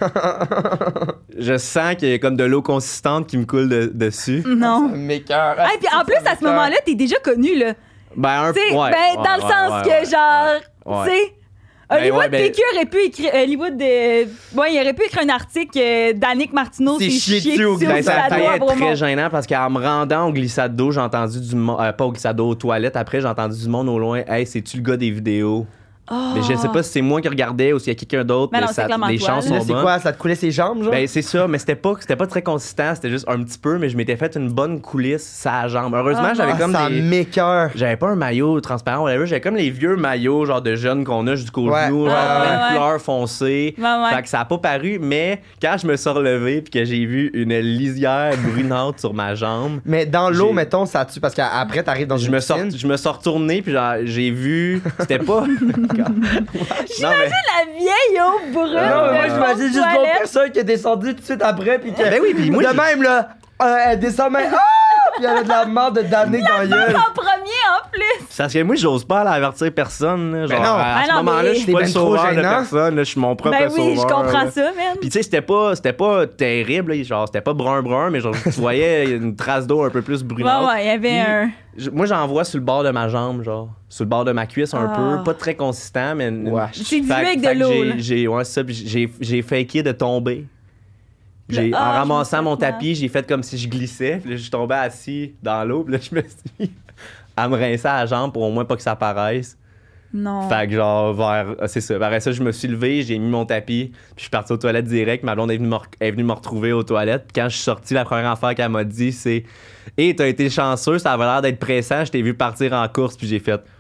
je sens qu'il y a comme de l'eau consistante qui me coule de- dessus. Non. Mes cœurs. Hey, puis en plus, à ce moment-là, t'es déjà connu, là. Ben, un Tu sais, ouais, ben, ouais, dans le ouais, sens ouais, que, ouais, genre, ouais. tu sais, Ben, Hollywood ouais, ben- P Q aurait pu écrire. Hollywood. euh, ouais, il aurait pu écrire un article euh, d'Annick Martineau. C'est C'est chié chié dessus au dessus au Ben, ça a glissade failli d'eau à être Bromont. très gênant parce qu'en me rendant au glissade d'eau, j'ai entendu du monde. euh, pas au glissade d'eau, aux toilettes. Après, j'ai entendu du monde au loin. Hey, c'est-tu le gars des vidéos? Oh. Mais je sais pas si c'est moi qui regardais ou s'il y a quelqu'un d'autre. Mais non, mais c'est ça- clairement les toi, chances là. Là, sont c'est bonnes. quoi? Ça te coulait ses jambes, genre? Ben, c'est ça, mais c'était pas, c'était pas très consistant, c'était juste un petit peu, mais je m'étais fait une bonne coulisse sa jambe. Heureusement, Ah, j'avais Ah, comme ça des. m'écoeure. J'avais pas un maillot transparent, whatever, j'avais comme les vieux maillots, genre de jeunes qu'on a jusqu'au Ouais. genou, genre Ah, plein ouais, de ouais. couleurs foncées. Ouais, ouais. Fait que ça a pas paru, mais quand je me suis relevé puis que j'ai vu une lisière brunante sur ma jambe, Mais dans l'eau, J'ai- mettons, ça tue parce qu'après, t'arrives dans je une me, sors, piscine. je me suis retourné puis genre, j'ai vu. C'était pas. non, mais. La vieille eau brune. Non, Non, de moi, j'imagine juste toilette. l'autre personne qui est descendue tout de suite après. Puis que, Ben oui, puis moi, de je- même, là, euh, elle descend même. Ah! Puis elle a de la merde de damner dans la gueule. En premier, en plus. C'est parce que moi, j'ose pas aller avertir personne. là. Genre, Ben non. à, à Ah ce non, moment-là, mais- je suis C'est pas le ben trop sauveur de gênant. personne. là, Je suis mon propre Ben sauveur. oui, je comprends là. ça, man. Puis tu sais, c'était pas, c'était pas terrible. là. Genre, c'était pas brun-brun, mais genre, tu voyais une trace d'eau un peu plus Ouais, brunante. ouais, il y avait Puis, un. je- Moi, j'en vois sur le bord de ma jambe, genre. Sur le bord de ma cuisse un Ah. peu. Pas très consistant, mais... une- Wesh. C'est dilué Fait- avec fait de que l'eau, j'ai- là. J'ai, ouais, c'est ça. Puis j'ai, j'ai faké de tomber. J'ai, Le- en ah, je me ramassant suis mon fait mal. tapis, j'ai fait comme si je glissais. Puis là, je suis tombé assis dans l'eau. Puis là, je me suis mis à me rincer à la jambe pour au moins pas que ça paraisse. Non. Fait que genre, vers. ah, C'est ça. Après ça, je me suis levé, j'ai mis mon tapis, puis je suis parti aux toilettes direct. Ma blonde est venue me, re- est venue me retrouver aux toilettes. Puis quand je suis sorti, la première affaire qu'elle m'a dit, c'est Hé, t'as été chanceux, ça avait l'air d'être pressant, je t'ai vu partir en course, puis j'ai fait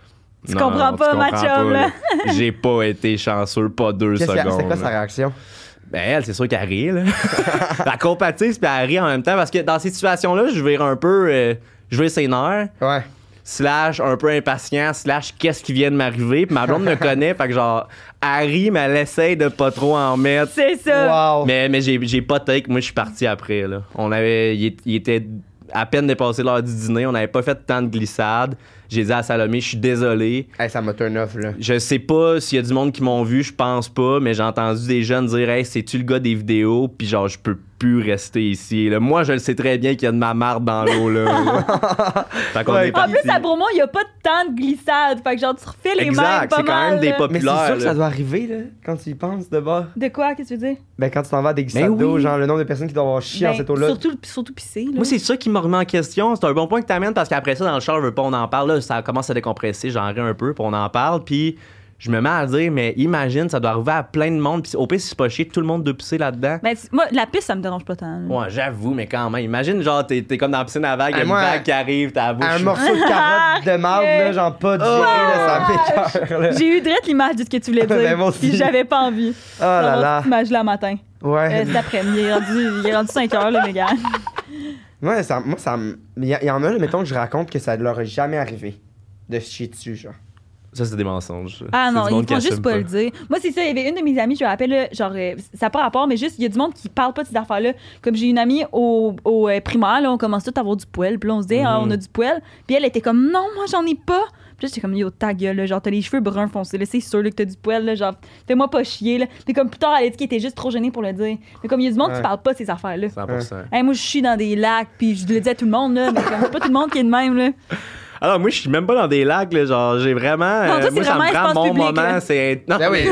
Tu comprends pas, ma chum, là. J'ai pas été chanceux, pas deux Qu'est-ce secondes. qu'elle- C'est quoi sa là. réaction? Ben, elle, c'est sûr qu'elle rit, là. Elle compatise, puis elle rit en même temps, parce que dans ces situations-là, je vais un peu. Euh, je vais ses nerfs, Ouais. slash un peu impatient, slash qu'est-ce qui vient de m'arriver. Puis ma blonde me connaît, fait que genre, elle rit, mais elle essaye de pas trop en mettre. C'est ça. Wow. Mais, mais j'ai, j'ai pas take, moi je suis parti après, là. On avait. Il, il était à peine dépassé l'heure du dîner, on n'avait pas fait tant de glissades. J'ai dit à Salomé, je suis désolé. Hey, ça m'a turn off, là. Je sais pas s'il y a du monde qui m'ont vu, je pense pas, mais j'ai entendu des jeunes dire hey, c'est-tu le gars des vidéos? Puis genre, je peux plus rester ici. Là. Moi, je le sais très bien qu'il y a de ma marde dans l'eau. Là, là. Fait qu'on Ouais. est En parti. plus, à Bromont, il n'y a pas tant de glissades. Fait que genre, tu refais les mêmes Exact, pas c'est quand mal, même des là. pop- Mais c'est populaire, sûr que là. ça doit arriver, là, quand tu y penses, de bord. De quoi? Qu'est-ce que tu veux dire? Ben, quand tu t'en vas à des glissades Ben d'eau, oui. genre le nombre de personnes qui doivent avoir chié dans Ben, cette eau-là. surtout, surtout pisser. Là. Moi, c'est ça qui m'a remis en question. C'est un bon point que tu amènes parce qu'après ça, dans le char, je veux pas, on en parle. Là, ça commence à décompresser, j'en ris un peu, puis on en parle. Puis je me mets à dire, mais imagine, ça doit arriver à plein de monde. Puis au pire, si c'est pas chier, tout le monde doit pisser là-dedans. Ben, c- moi, la piste, ça me dérange pas tant. là. Ouais, j'avoue, mais quand même. Imagine, genre, t'es, t'es comme dans la piscine à vagues, il y a Ah, une moi, vague qui arrive, t'as la bouche. Un morceau de carotte de marde, là, genre pas digéré, là, ça m'écoeure, là. J'ai eu direct l'image de ce que tu voulais dire. Ben, moi aussi. Puis j'avais pas envie. Oh là là. Cette image-là le matin. Ouais. Euh, cet après-midi. Il est rendu, il est rendu cinq heures, là, les gars. Ouais, ça, moi, ça me. Il y, y en a, là, mettons, que je raconte que ça leur est jamais arrivé de se chier dessus, genre. Ça, c'est des mensonges. Ah C'est non, du monde ils qui font juste assume pas le dire. Moi, c'est ça, il y avait une de mes amies, je me rappelle, là, genre, euh, ça n'a pas rapport, mais juste, il y a du monde qui parle pas de ces affaires-là. Comme j'ai une amie au, au euh, primaire, là, on commence tout à avoir du poil, puis là, on se dit, ah, Mhm. on a du poil. Puis elle était comme, non, moi, j'en ai pas. Puis là, j'étais comme, yo, ta gueule, là, genre, t'as les cheveux bruns foncés, là, c'est sûr là, que t'as du poil, là, genre, fais-moi pas chier, là. Puis comme plus tard, elle a dit qu'elle était juste trop gênée pour le dire. Mais comme il y a du monde Ouais. qui parle pas de ces affaires-là. cent pour cent. Hey, moi, je suis dans des lacs, puis je le dis à tout le monde, là, mais comme, c'est pas tout le monde qui est de même, là. Alors, moi, je suis même pas dans des lacs, là. Genre, j'ai vraiment. Non, toi, c'est moi, ça vraiment me prend espace mon public, moment. là. C'est. Non, Ben oui.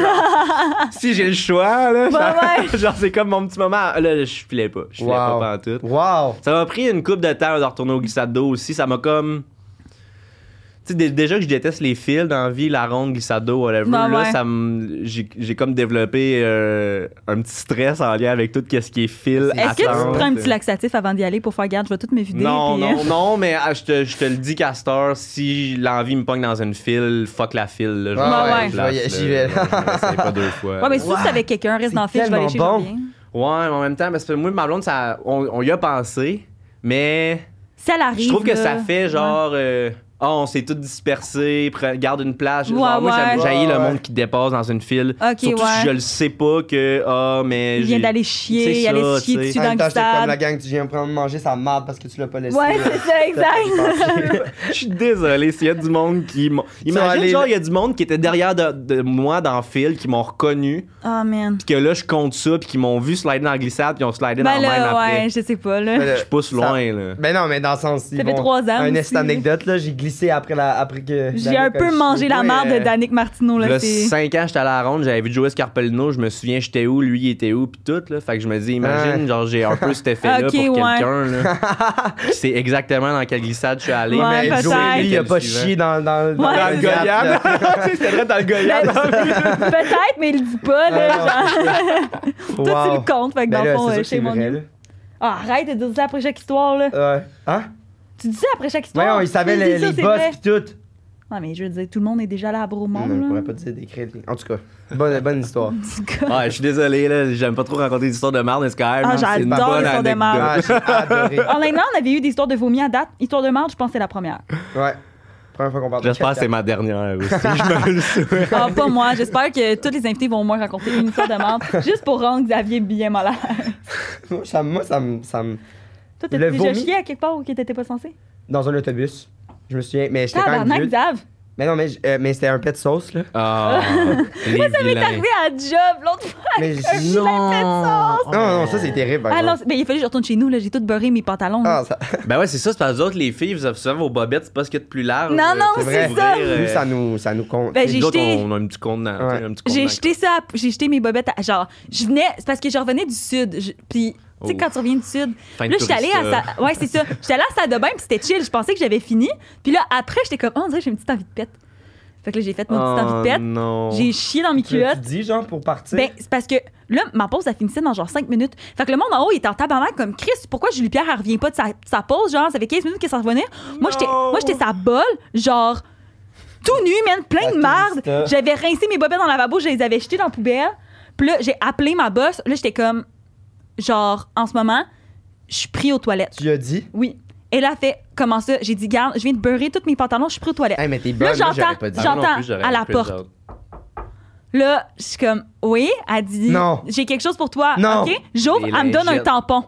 si j'ai le choix, là. Ouais, genre, ouais. genre, c'est comme mon petit moment. Là, je filais pas. Je filais Wow. pas pantoute. Wow. Ça m'a pris une couple de temps de retourner au glissade d'eau aussi. Ça m'a comme. Tu sais, dé- déjà que je déteste les fils dans la vie, la ronde, glissade d'eau, whatever. Non, là, ouais. ça me. J'ai j'ai comme développé euh, un petit stress en lien avec tout ce qui est fil. Est-ce que tu te attente. prends un petit laxatif avant d'y aller pour faire garde, je vais toutes me vider? Non, puis, euh, non, non, mais ah, je te, je te le dis, Castor, si l'envie me pogne dans une file, fuck la file. Là, je Ouais, vais ouais, à la je place, vais y- là. j'y vais. Je m'essaye pas deux fois. Ouais, mais si Wow. c'est avec quelqu'un, reste C'est dans le fil, je vais aller chez tellement je bon. reviens. Ouais, mais en même temps, parce que moi, ma blonde, ça, on, on y a pensé, mais Si elle arrive. je trouve que là, ça fait ouais. genre. euh, Ah, on s'est tous dispersés, pre- garde une place. Genre, Ouais, moi, j'aime ouais. j'haïs Ouais, le ouais. monde qui dépasse dans une file. Ok, Surtout ouais. si je le sais pas que. Ah, mais. Il vient j'ai- d'aller chier, C'est il allait ça, se chier tu sais. dessus En dans même le temps, c'est comme la stade. gang, tu viens prendre manger sa marde parce que tu l'as pas laissé. Ouais, là. c'est ça, exact. Je suis désolé s'il y a du monde qui m'ont. Imagine, aller- genre, il y a du monde qui était derrière de, de moi dans le fil, qui m'ont reconnu, Oh, man. puis que là, je compte ça, puis qui m'ont vu slider dans la glissade, puis ils ont slidé dans Ben la même là, après. ouais, je sais pas, là. Ben là, Je pousse ça- loin, là. Ben non, mais dans le sens. Ça fait trois ans Une aussi, petite anecdote, là, j'ai glissé après, la, après que. J'ai un peu mangé la marde de Danick Martineau, là. Là, c'est- cinq ans, j'étais à la ronde, j'avais vu Joey Scarpellino, je me souviens, j'étais où, lui, il était où, puis tout, là. Fait que je me dis, imagine, Ouais. genre, j'ai un peu cet effet-là Ok, pour ouais. quelqu'un, là. Puis c'est exactement dans quelle glissade je suis allé. Ouais, Mais peut-être. Joey, lui, il a pas Suivant. chié dans, dans, dans, Ouais, dans c'est le ça. Goliath, là. C'était vrai dans le Goliath. Ben, peut-être, mais il le dit pas, là. Ouais, genre. Toi, tu Wow. le comptes, fait que Ben dans là, le fond, c'est euh, sûr que chez c'est mon vrai, Dieu. là. Ah, arrête de dire ça après chaque histoire, là. Ouais. Hein? Tu dis ça après chaque histoire? Voyons, il savait Tu les, dis ça, les c'est boss vrai. pis tout. Ouais, mais je veux dire, tout le monde est déjà là à Bromont, Non, je là. pourrais pas te dire d'écrire. En tout cas, bonne, bonne histoire. En tout cas. Ouais, je suis désolé, là, j'aime pas trop raconter des histoires de merde, mais c'est quand même. Ah, hein, c'est une j'adore bonne les histoires de anecdote. merde. Ah, j'ai adoré. Honnêtement, on avait eu des histoires de vomi à date. Histoire de merde, je pense que c'est la première. Ouais. Première fois qu'on parle de J'espère que c'est caca. ma dernière aussi. Je me le souhaite. Ah, pas moi. J'espère que tous les invités vont au moins raconter une histoire de merde, juste pour rendre Xavier bien malade. Moi, ça, moi, ça me. Ça me... Toi, t'as Le déjà vomi? chié à quelque part où t'étais pas censé? Dans un autobus. Je me souviens. Mais j'étais quand même Tabarnak, vieux. Xav! Mais non, mais, j- euh, mais c'était un pet sauce, là. Ah, les Ça m'est vilains. arrivé à job l'autre fois. Mais Un j- gilet fait de sauce. Non, non, ça, c'est terrible. par Ah non, exemple. c'est- ben, il a fallu que je retourne chez nous, là. J'ai tout beurré mes pantalons. là. Ah, ça... Ben ouais, c'est ça, c'est parce que vous autres, les filles, vous avez souvent vos bobettes, c'est pas ce qu'il y a de plus large. Non, euh, non, pour c'est ouvrir, ça. euh, Nous, ça nous, ça nous compte. Ben, nous j'ai autres, jeté- on a un petit compte dans. Ouais. tu sais, un petit compte J'ai dans- jeté ça, à- j'ai jeté mes bobettes. à- genre, je venais, c'est parce que je revenais du sud. je- Puis, tu sais, Oh. quand tu reviens du sud, Fin de là, j'étais allée à tourista. sa... Ouais, c'est ça. J'étais allée à la salle de bain, puis c'était chill. Je pensais que j'avais fini. Puis là, après, j'étais comme, oh, on dirait que j'ai une petite envie de pète. Fait que là, j'ai fait ma petite envie de Oh pète. non. J'ai chié dans mes Tu l'as culottes. dit, genre, pour partir? Ben, c'est parce que là, ma pause, ça finissait dans genre cinq minutes. Fait que le monde en haut, il était en tabarnak comme Chris. Pourquoi Julie Pierre, elle revient pas de sa, de sa pause? Genre, ça fait quinze minutes qu'elle s'en revenait. Moi, j'étais, Non. moi, j'étais sa bol, genre, tout nu, man, plein Ah, de marde. tout ça. J'avais rincé mes bobettes dans le lavabo, je les avais jetées dans la poubelle. Puis là, j'ai appelé ma boss. Là, j'étais comme, genre, en ce moment, je suis pris aux toilettes. Tu lui as dit? Oui. Et là, elle fait, comment ça? J'ai dit, garde, je viens de beurrer tous mes pantalons, je suis pris aux toilettes. Hey, mais t'es Là, bonne, moi, j'entends- j'aurais pas dit. Ah, moi non j'entends plus, j'aurais à la plus porte. d'autres. Là, je suis comme, oui, elle dit, Non. j'ai quelque chose pour toi. Non. OK? J'ouvre, Des elle me donne un lingettes. tampon.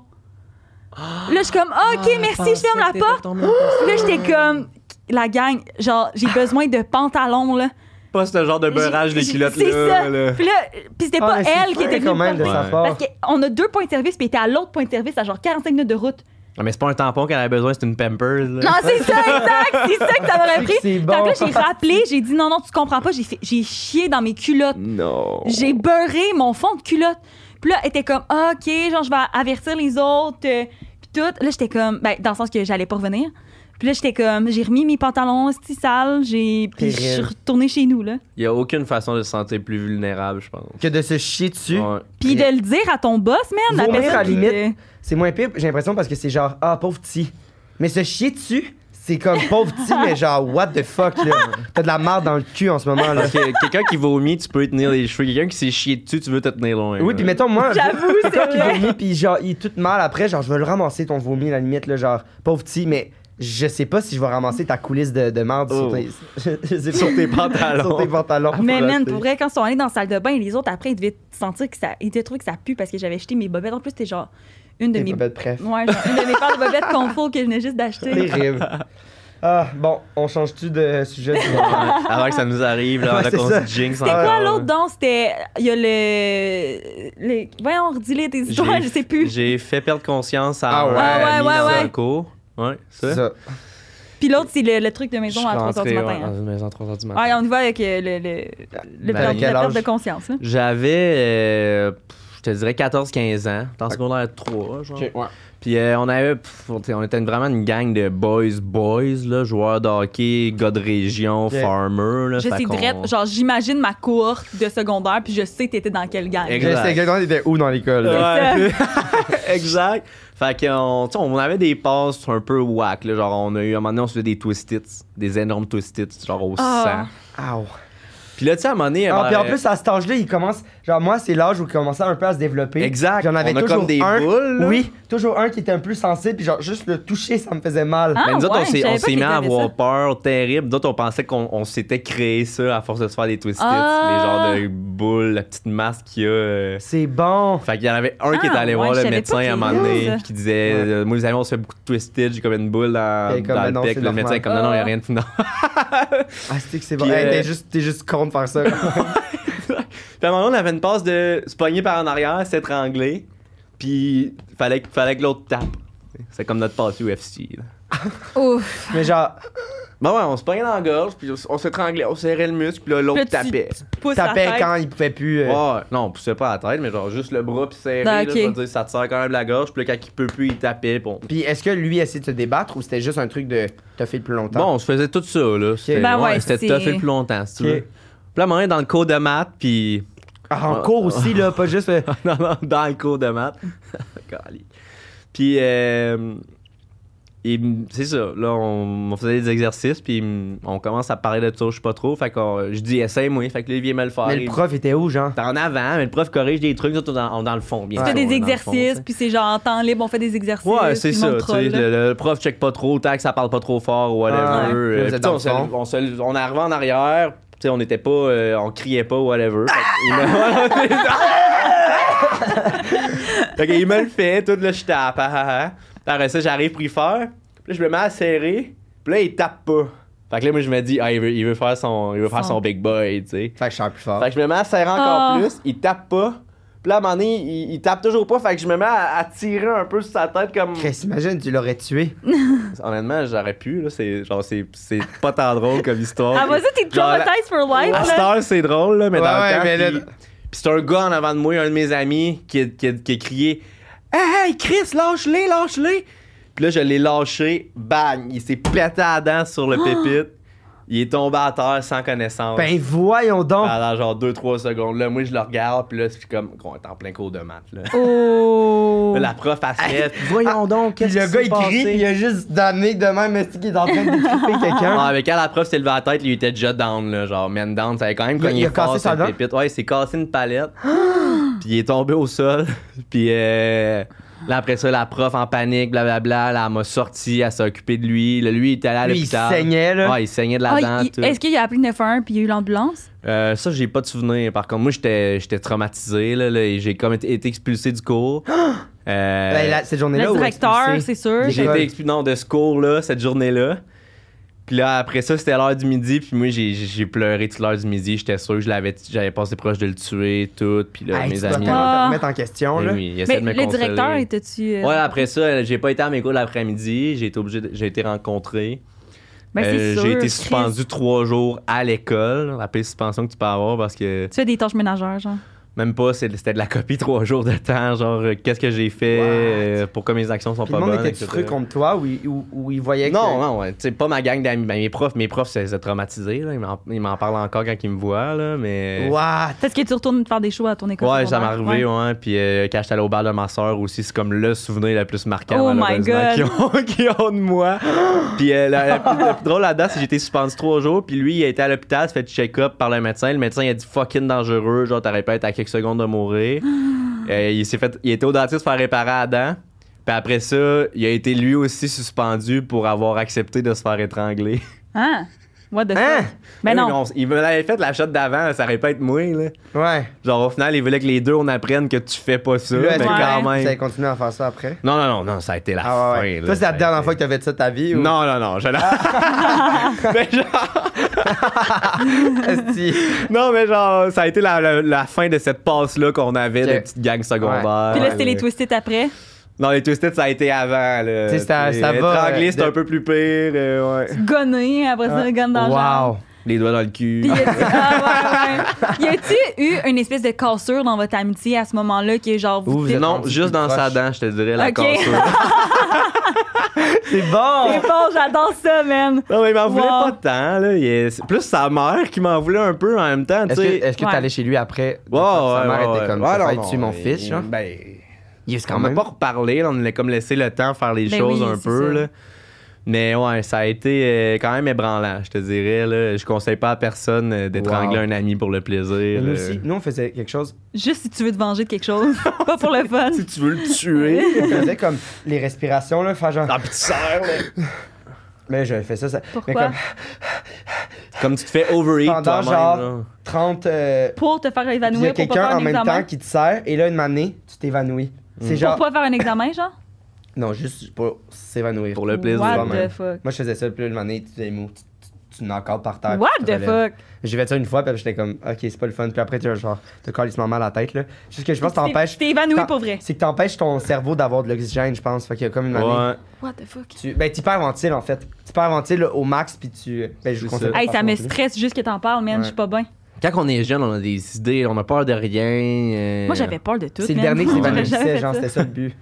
Là, je suis comme, OK, merci, je ferme la porte. Là, j'étais comme, la gang, genre, j'ai besoin de pantalons, là. Pas ce genre de beurrage de J'ai- culottes C'est là. ça. là. Puis là, puis c'était Ah, pas mais c'est elle qui fin était venue quand me même de porter. sa Ouais. part. Parce qu'on a deux points de service, puis elle était à l'autre point de service à genre quarante-cinq minutes de route. Ah, mais c'est pas un tampon qu'elle avait besoin, c'est une Pampers. Là. Non, c'est ça, exact! C'est ça que ça m'aurait pris. C'est Fait bon. que là, j'ai rappelé, j'ai dit non, non, tu comprends pas, j'ai fait- j'ai chié dans mes culottes. Non. J'ai beurré mon fond de culotte. Puis là, elle était comme, ah, OK, genre, je vais avertir les autres. euh, Puis tout. Là, j'étais comme, ben, dans le sens que j'allais pas revenir. Puis là, j'étais comme, j'ai remis mes pantalons, c'était sale. J'ai... Puis je suis Terrible. retournée chez nous, là. Il y a aucune façon de se sentir plus vulnérable, je pense. Que de se chier dessus. Ouais. Puis de le dire à ton boss, man, la Vomir, personne à la qui limite. te- C'est moins pire, j'ai l'impression, parce que c'est genre, ah, pauvre petit. Mais se chier dessus, c'est comme pauvre petit, mais genre, what the fuck, là. T'as de la marde dans le cul en ce moment, là. Parce que quelqu'un qui vomit, tu peux y tenir les cheveux. Quelqu'un qui s'est chié dessus, tu veux te tenir loin. Oui, là. puis mettons, moi, J'avoue, c'est quelqu'un qui vrai. vomit, puis genre, il est tout mal après, genre, je vais le ramasser, ton vomi, à la limite, là, genre, pauvre petit, mais je sais pas si je vais ramasser ta coulisse de, de marde Oh. sur tes... je sais pas. Sur tes pantalons. Sur tes pantalons. Mais man, frottés. pour vrai, quand ils sont allés dans la salle de bain, les autres, après, ils devaient sentir que ça. Ils devaient trouver que ça pue parce que j'avais jeté mes bobettes. En plus, c'était genre une de Tes mes. bobettes, bref. Ouais, genre une de mes paires de bobettes confort que je venais juste d'acheter. Terrible. Ah, bon, on change-tu de sujet? Ouais, avant que ça nous arrive, là, Ouais, avant c'est qu'on ça. se jinx. C'était encore, quoi là. l'autre don? C'était. Il y a le. les... Voyons, redis-les tes histoires, J'ai- je sais plus. J'ai fait perdre conscience à Ah ouais. un Ah ouais, ami ouais, dans ouais. un cours. Ouais, ça. Ça. Puis l'autre, c'est le, le truc de Je maison suis à trois heures du rentré, matin. ouais, hein. dans une maison à trois heures du matin. Ouais, on y va avec euh, le, le, le Ben, perte- quel la perte âge? de conscience. Là. J'avais, euh, pff, je te dirais quatorze quinze ans, dans le secondaire trois, genre. Ok, ouais. Puis euh, on avait, pff, on était- on était vraiment une gang de boys, boys, là, joueurs de hockey, gars de région, Ok. farmers, là. Je fait sais qu'on- direct, genre j'imagine ma cohorte de secondaire, puis je sais t'étais dans quelle gang. Exact. Je sais exactement t'étais où dans l'école. là. Ouais. Exact. Fait qu'on tu sais, on avait des passes un peu whack, là. Genre, on a eu, à un moment donné, on se faisait des twist-its, des énormes twist-its, genre au Ah. sang. Ow. Puis là, tu sais, à un moment donné, Ah, ben, puis en plus, à cet âge-là, il commence. Genre, moi, c'est l'âge où il commençait un peu à se développer. Exact. J'en avais On a toujours comme des un. boules, là. Oui, toujours un qui était un peu sensible, puis genre, juste le toucher, ça me faisait mal. Ah, Mais nous autres, ouais, on s'est, je savais on pas s'est qu'il mis à avait avoir ça. peur terrible. D'autres, on pensait qu'on on s'était créé ça à force de se faire des twist-its. Ah. Les genres de boules, la petite masse qu'il y a. euh. C'est bon. Fait qu'il y en avait un qui Ah, était allé ouais, voir je le savais médecin pas à un qu'il moment y avait donné, ça. qui disait Ouais. euh, moi, les amis, on se fait beaucoup de twist-its, j'ai comme une boule dans, Puis comme, dans mais le non, pec. c'est Le médecin est comme non, non, il n'y a rien de non. Ah, c'est que c'est bon. Puis, Hey, euh, t'es juste, t'es juste con de faire ça. Puis à un moment donné, on avait une passe de se pogner par en arrière, s'étrangler, puis fallait, fallait que l'autre tape. C'est comme notre passe U F C. Là. Ouf. Mais genre, Ben ouais, on se pognait dans la gorge, puis on s'étranglait, on serrait le muscle, puis là, l'autre Puis là, tu- tapait. tu pousses la tapait tête. quand il pouvait plus. euh, Ouais, non, on poussait pas la tête, mais genre juste le bras puis serré, Ah, là, ok. je veux dire, ça te serre quand même la gorge, puis là, quand il peut plus, il tapait, bon. Puis est-ce que lui essayait de se débattre ou c'était juste un truc de t'as fait le plus longtemps? Bon, on se faisait tout ça, là. C'était Ben ouais, c'était c'est- tout à fait plus longtemps, si tu Ok. veux. Puis là, à un moment donné, dans le cours de maths, puis... Ah, en cours aussi, là, pas juste. euh, non, non, dans le cours de maths. Calé. Puis, euh, et, c'est ça, là, on, on faisait des exercices, puis on commence à parler de ça, je sais pas trop, fait que euh, je dis, essaye-moi, fait que là, il vient me le faire. Mais le il- prof était où, genre? T'es en avant, mais le prof corrige des trucs, nous autres, dans, dans le fond, bien Tu fais sûr, des dans le fond, exercices, tu sais. puis c'est genre en temps libre, on fait des exercices. Ouais, c'est puis le ça. monde Tu sais, troll, là. le, le prof check pas trop, tant que ça parle pas trop fort ou whatever. Ah, ouais. Euh, Là, vous puis êtes tu sais, dans on, le se, fond. on, se- on arrivait en arrière, tu sais, on était pas, euh, on criait pas ou whatever. Fait qu'il me- Fait qu'il me le fait, tout là, je tape. Ah, ah, ah. Puis après ça, j'arrive pour y faire. Puis là, je me mets à serrer. Puis là, il tape pas. Fait que là, moi, je me dis, ah, il veut, il veut faire son, il veut faire Son- son big boy, tu sais. Fait que je sers plus fort. Fait que je me mets à serrer encore Ah. plus, il tape pas. Puis là, à un moment donné, il, il tape toujours pas, fait que je me mets à, à tirer un peu sur sa tête comme... Chris, imagine, tu l'aurais tué. Honnêtement, j'aurais pu, là, c'est genre, c'est, c'est pas tant drôle comme histoire. Ah, vas-y, t'es Genre, traumatized for life, À cette là. heure, c'est drôle, là, mais Ouais, dans ouais, le temps, mais là- puis, puis c'est un gars en avant de moi, un de mes amis, qui, a- qui, a- qui a crié « Hey, hey, Chris, lâche-les, lâche-les! » Puis là, je l'ai lâché, bang, il s'est pété à la dent sur le pépite. Il est tombé à terre sans connaissance. Ben voyons donc! Pendant genre deux trois secondes. Là, moi, je le regarde, puis là, c'est comme, on est en plein cours de maths, là. Oh! Là, la prof, elle se lève, puis voyons donc, Puis qu'est-ce le qui gars, s'est il crie, passé? il a juste donné de même, mais c'est qu'il est en train de découper quelqu'un. Ah, avec quand la prof s'est levée à la tête, lui, il était déjà down, là, genre, man down, ça avait quand même Il a- cogné il a fort cassé sur sa le dent? pépite. Ouais, il s'est cassé une palette, puis il est tombé au sol, puis euh, là, après ça, la prof en panique, blablabla, là, elle m'a sorti, elle s'est occupée de lui, là, lui, il était allé à Lui, il l'hôpital. saignait, là. Ouais, il saignait de la Ah, dent, il- tout. Est-ce qu'il a appelé neuf un un puis il y a eu l'ambulance? Euh, ça, j'ai pas de souvenir. Par contre, moi, j'étais j'étais traumatisé. Là, là, et j'ai comme été, été expulsé du cours. Euh, Ben, là, cette journée-là, Le où directeur, expulsé? c'est sûr. j'ai été expulsé non, de ce cours-là, cette journée-là. Puis là, après ça, c'était l'heure du midi. Puis moi, j'ai j'ai pleuré toute l'heure du midi. J'étais sûr que je l'avais j'avais passé proche de le tuer, tout. Puis là, Hey, mes tu dois amis. tellement Ah. te remettre en question, Eh là. oui, il essaie Mais de me le consoler. directeur, était-tu. euh, Ouais, après ça, j'ai pas été à mes cours l'après-midi. J'ai été obligé de- j'ai été rencontré. Ben, c'est Euh, sûr, j'ai été Chris. suspendu trois jours à l'école. La pire suspension que tu peux avoir parce que. Tu fais des tâches ménagères, genre. Même pas, c'est- c'était de la copie trois jours de temps, genre euh, qu'est-ce que j'ai fait, What? euh, pourquoi mes actions sont Puis pas le monde bonnes. était et cetera. frustré contre toi ou il, ou, ou il voyait que... Non, non, ouais, tu sais, pas ma gang d'amis. Ben, mes profs, mes profs, c'est traumatisé, là. Ils m'en, ils m'en parlent encore quand ils me voient, là, mais. What? Peut-être que tu retournes faire des shows à ton école. Ouais, ça m'est secondaire. arrivé, Ouais. ouais. Puis euh, quand j'étais allé au bar de ma soeur aussi, c'est comme le souvenir le plus marquant, Oh my malheureusement, qu'ils ont, qu'ils ont de moi. Puis euh, la- la plus- le plus drôle là-dedans, c'est que j'ai été suspendu trois jours. Puis lui, il a été à l'hôpital, s'est fait check-up par le médecin. Le médecin, il a dit fucking dangereux, genre t'aurais pas être à quelques secondes de mourir. Euh, il s'est fait, il était au dentiste pour faire réparer la dent. Puis après ça, il a été lui aussi suspendu pour avoir accepté de se faire étrangler. Hein? What the Hein? fuck? Ben Oui, non. Il me l'avait fait la shot d'avant, ça aurait pas été moi, là. Ouais. Genre, au final, il voulait que les deux, on apprenne que tu fais pas ça, Puis là, mais est-ce que quand Tu même. as continué à faire ça après? Non, non, non, non, ça a été la Ah ouais, fin. ouais. là, Toi, c'est la ça a dernière été- fois que tu as fait ça de ta vie? Ou... Non, non, non, je l'ai. mais genre... Esti. Non, mais genre, ça a été la, la, la fin de cette passe-là qu'on avait Ok. de petite gang secondaire. Puis là, c'était les là. Twisted après. Non, les Twisted, ça a été avant, là. Tu sais, ça- ça va, Étranglé, euh, c'était de- un peu plus pire, euh, ouais. Gonné, après ça, gun dans le genre. Wow. Les doigts dans le cul. Puis y a-tu ah, ouais, ouais. Y a-tu eu une espèce de cassure dans votre amitié à ce moment-là qui est genre vous Ouh, vous êtes Non, rendu juste plus dans sa proche. dent, je te dirais, la Ok. cassure. C'est bon! C'est bon, j'adore ça, man. Non, mais il m'en voulait Wow. pas tant, là. Il est- c'est plus sa mère qui m'en voulait un peu en même temps, tu Est-ce que sais. est-ce que Ouais. t'es allé chez lui après? Ouais, Sa ouais, mère ouais, était comme, ouais, ça non, fait non, tu mon il- fils, genre. Ben, Il est on quand n'a même... pas reparlé, là, on a comme laissé le temps faire les Ben choses oui, un c'est peu, ça. là. Mais ouais, ça a été euh, quand même ébranlant, je te dirais, là. Je conseille pas à personne euh, d'étrangler Wow. un ami pour le plaisir. Mais nous là. aussi, nous on faisait quelque chose, Juste si tu veux te venger de quelque chose, pas pour le fun. Si tu veux le tuer. on faisait comme les respirations, là, faire genre... Ah, pis tu serres, là. Mais j'avais fait ça, ça... Pourquoi? Mais comme Comme tu te fais overeat pendant toi-même, genre là. trente... euh, Pour te faire puis il y évanouir, a pour pas quelqu'un faire en un même examen. temps qui te serre, et là, une manée, tu t'évanouis. C'est genre... Pour pas faire un examen, genre? Non, juste pour s'évanouir. Pour le plaisir. What toi-même. the fuck? Moi, je faisais ça, puis là, une manée, tu mou, tu, tu, tu knock-out par terre. What puis tu te the relèves. fuck? J'ai fait ça une fois, puis j'étais comme, ok, c'est pas le fun. Puis après, tu genre, t'as calissement mal à la tête, là. Juste que je pense que t'empêches. Tu t'es évanoui t'en- pour vrai. C'est que t'empêches ton cerveau d'avoir de l'oxygène, je pense. Fait qu'il y a comme une manée. Ouais. What the fuck? Tu, ben, t'hyperventiles, en fait. T'hyperventiles au max, puis tu. Ben, je vous C'est conseille. ça. pas Hey, de ça faire me non plus. stresse juste que t'en parles, man. Ouais. Je suis pas bien. Quand on est jeune, on a des idées, on a peur de rien. euh, Moi, j'avais peur de tout. C'est le man. dernier qui J'aurais s'évanouissait, jamais fait genre, ça. c'était ça le but.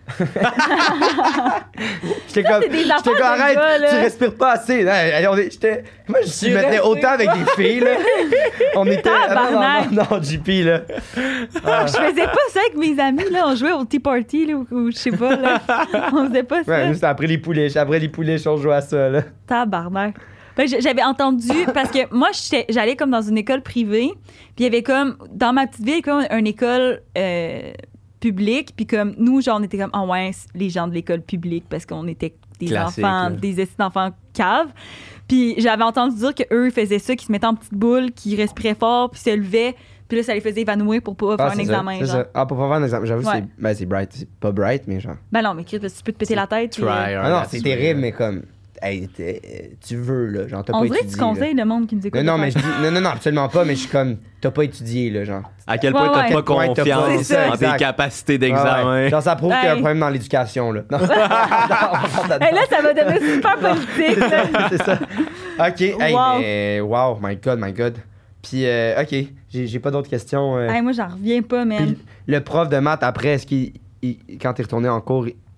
J'étais comme, c'est des j'étais affaires comme, de arrête, gars, là. tu respires pas assez. Là, allez, on est- j'étais, moi, je Tu me mettais respires autant avec des filles, là. On était, ah, non, Tabarnak. non, non, non, J P, là. Ah. Je faisais pas ça avec mes amis, là. On jouait au Tea Party, là, ou, ou je sais pas, là. On faisait pas ça. Ouais, nous, c'était après les poulets. Après les poulets, on jouait à ça, là. Tabarnak. Fait que j'avais entendu, parce que moi, j'étais- j'allais comme dans une école privée, puis il y avait comme, dans ma petite ville, comme une école euh, publique, puis comme nous, genre, on était comme, ah ouais, les gens de l'école publique, parce qu'on était des Classique, enfants, là. des estis d'enfants caves. Puis j'avais entendu dire qu'eux, ils faisaient ça, qu'ils se mettaient en petite boule, qu'ils respiraient fort, puis se levaient, puis là, ça les faisait évanouir pour pas Ah, faire un c'est examen, ça, c'est genre. ça. Ah, pour pas faire un examen. J'avoue, Ouais. c'est, ben, c'est bright. C'est pas bright, mais genre. Ben non, mais Chris, parce que tu peux te péter la tête. puis, Try euh, hard, Ah non, that's c'est right. terrible, mais comme. Hey, t'es- tu veux, là. Genre, t'as On pas dirait que étudié. tu conseilles le monde qui nous là. écoute. Non, non, de mais je faire dis. Non, non, non, absolument pas, mais je suis comme. T'as pas étudié, là, genre. À quel Ouais, point t'as ouais. pas Ouais, t'as pas- confiance c'est ça, en tes exact. capacités Ouais, d'examen. ouais. Genre, ça prouve qu'il y a un Hey. problème dans l'éducation, là. Non. ça. Hey, là, ça va devenir super politique, là. C'est ça. Ok, hey, Wow. mais. Wow, my god, my god. Puis, euh, ok, j'ai, j'ai pas d'autres questions. euh. Hey, moi, j'en reviens pas, man. Puis, le prof de maths, après, est-ce qu'il. il- quand t'es retourné en cours, il,